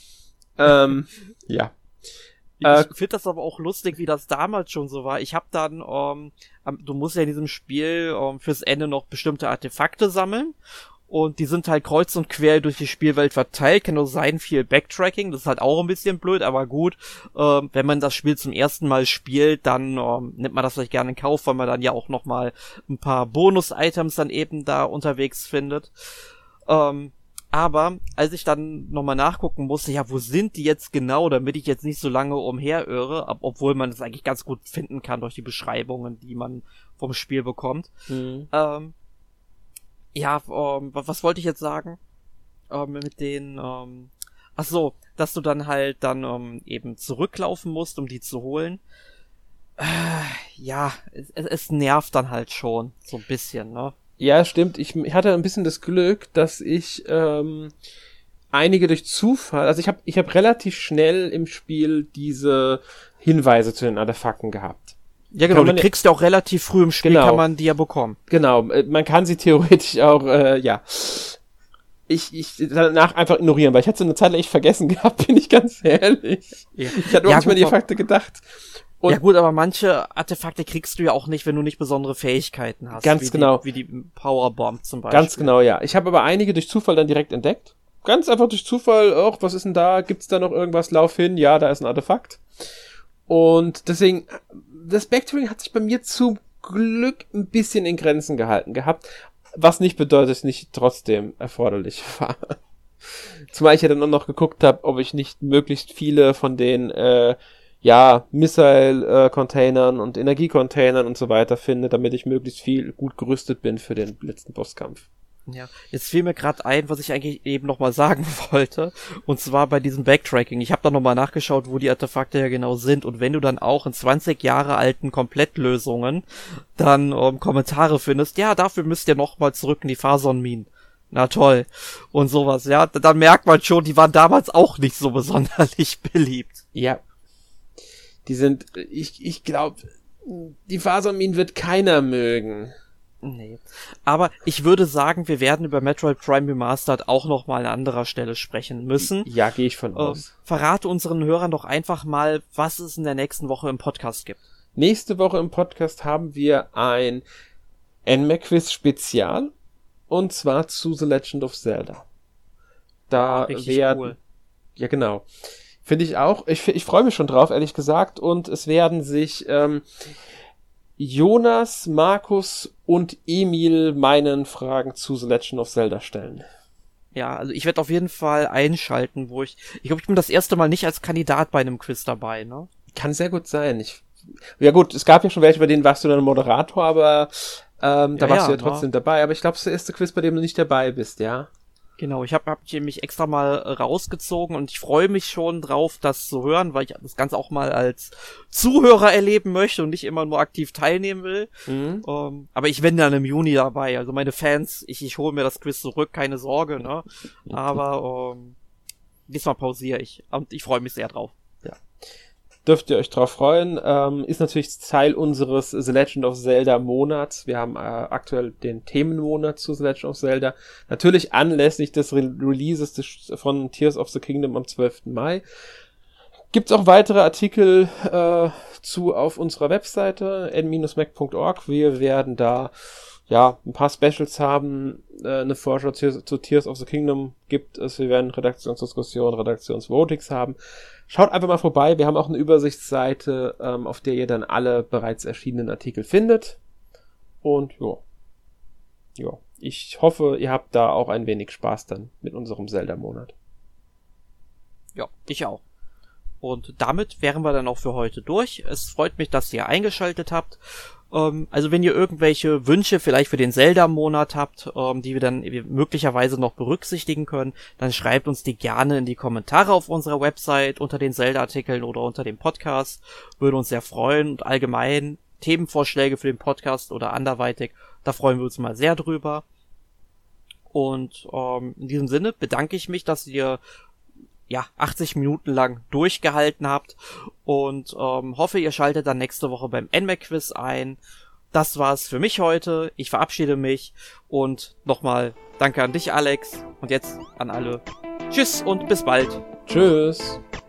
ähm, ja. Ich finde das aber auch lustig, wie das damals schon so war. Ich habe dann, ähm, du musst ja in diesem Spiel ähm, fürs Ende noch bestimmte Artefakte sammeln und die sind halt kreuz und quer durch die Spielwelt verteilt. Kann nur sein, viel Backtracking, das ist halt auch ein bisschen blöd, aber gut. Ähm, wenn man das Spiel zum ersten Mal spielt, dann ähm, nimmt man das vielleicht gerne in Kauf, weil man dann ja auch nochmal ein paar Bonus-Items dann eben da unterwegs findet. Ähm, Aber als ich dann nochmal nachgucken musste, ja, wo sind die jetzt genau, damit ich jetzt nicht so lange umherirre, ob, obwohl man das eigentlich ganz gut finden kann durch die Beschreibungen, die man vom Spiel bekommt. Mhm. Ähm, ja, ähm, was, was wollte ich jetzt sagen? Ähm, mit den, ähm, ach so, dass du dann halt dann ähm, eben zurücklaufen musst, um die zu holen. Äh, ja, es, es nervt dann halt schon so ein bisschen, ne? Ja, stimmt. Ich hatte ein bisschen das Glück, dass ich ähm, einige durch Zufall, also ich habe ich hab relativ schnell im Spiel diese Hinweise zu den Artefakten gehabt. Ja, genau, du kriegst ja auch relativ früh im Spiel, genau, kann man die ja bekommen. Genau, man kann sie theoretisch auch, äh, ja, ich, ich danach einfach ignorieren, weil ich hatte so eine Zeit lang echt vergessen gehabt, bin ich ganz ehrlich. Ja. Ich hatte auch ja, nicht mehr die Artefakte gedacht. Und ja gut, aber manche Artefakte kriegst du ja auch nicht, wenn du nicht besondere Fähigkeiten hast. Ganz wie genau. Die, wie die Powerbomb zum Beispiel. Ganz genau, ja. Ich habe aber einige durch Zufall dann direkt entdeckt. Ganz einfach durch Zufall, ach, was ist denn da? Gibt's da noch irgendwas? Lauf hin, ja, da ist ein Artefakt. Und deswegen das Backtracking hat sich bei mir zum Glück ein bisschen in Grenzen gehalten gehabt, was nicht bedeutet, dass es nicht trotzdem erforderlich war. Zumal ich ja dann auch noch geguckt habe, ob ich nicht möglichst viele von den äh, ja, Missile-Containern und Energiecontainern und so weiter finde, damit ich möglichst viel gut gerüstet bin für den letzten Bosskampf. Ja, jetzt fiel mir gerade ein, was ich eigentlich eben nochmal sagen wollte, und zwar bei diesem Backtracking. Ich habe da nochmal nachgeschaut, wo die Artefakte ja genau sind, und wenn du dann auch in zwanzig Jahre alten Komplettlösungen dann ähm, Kommentare findest, ja, dafür müsst ihr nochmal zurück in die Phasonminen. Na toll. Und sowas, ja, dann merkt man schon, die waren damals auch nicht so besonders beliebt. Ja. Die sind, ich, ich glaube, die Phasonminen wird keiner mögen. Nee. Aber ich würde sagen, wir werden über Metroid Prime Remastered auch noch mal an anderer Stelle sprechen müssen. Ja, gehe ich von aus. Ähm, verrate unseren Hörern doch einfach mal, was es in der nächsten Woche im Podcast gibt. Nächste Woche im Podcast haben wir ein N M A Quiz-Spezial, und zwar zu The Legend of Zelda. Da ja, werden, cool. Ja, genau. Finde ich auch. Ich, ich freue mich schon drauf, ehrlich gesagt. Und es werden sich ähm, Jonas, Markus und Emil meinen Fragen zu The Legend of Zelda stellen. Ja, also ich werde auf jeden Fall einschalten, wo ich... Ich glaube, ich bin das erste Mal nicht als Kandidat bei einem Quiz dabei, ne? Kann sehr gut sein. Ich, ja gut, es gab ja schon welche, bei denen warst du dann Moderator, aber ähm, da ja, warst ja, du ja trotzdem ne? dabei. Aber ich glaube, es ist der erste Quiz, bei dem du nicht dabei bist, ja? Genau, ich habe hab mich extra mal rausgezogen, und ich freue mich schon drauf, das zu hören, weil ich das Ganze auch mal als Zuhörer erleben möchte und nicht immer nur aktiv teilnehmen will. Mhm. Um, aber ich bin dann im Juni dabei, also meine Fans, ich, ich hole mir das Quiz zurück, keine Sorge, ne? Aber um, diesmal pausiere ich, und ich freue mich sehr drauf. Ja. Dürft ihr euch drauf freuen. Ähm, ist natürlich Teil unseres The Legend of Zelda Monats. Wir haben äh, aktuell den Themenmonat zu The Legend of Zelda. Natürlich anlässlich des Re- Releases des, von Tears of the Kingdom am zwölften Mai. Gibt's auch weitere Artikel äh, zu auf unserer Webseite n dash mac punkt org. Wir werden da ja ein paar Specials haben. Äh, eine Vorschau zu, zu Tears of the Kingdom gibt es. Wir werden Redaktionsdiskussionen, Redaktionsvotings haben. Schaut einfach mal vorbei. Wir haben auch eine Übersichtsseite, ähm, auf der ihr dann alle bereits erschienenen Artikel findet. Und ja, ja, ich hoffe, ihr habt da auch ein wenig Spaß dann mit unserem Zelda-Monat. Ja, ich auch. Und damit wären wir dann auch für heute durch. Es freut mich, dass ihr eingeschaltet habt. Ähm, also wenn ihr irgendwelche Wünsche vielleicht für den Zelda-Monat habt, ähm, die wir dann möglicherweise noch berücksichtigen können, dann schreibt uns die gerne in die Kommentare auf unserer Website unter den Zelda-Artikeln oder unter dem Podcast. Würde uns sehr freuen, und allgemein Themenvorschläge für den Podcast oder anderweitig, da freuen wir uns mal sehr drüber. Und ähm, in diesem Sinne bedanke ich mich, dass ihr ja achtzig Minuten lang durchgehalten habt, und ähm, hoffe, ihr schaltet dann nächste Woche beim N M A Quiz ein. Das war's für mich heute. Ich verabschiede mich, und nochmal danke an dich, Alex, und jetzt an alle. Tschüss und bis bald. Tschüss.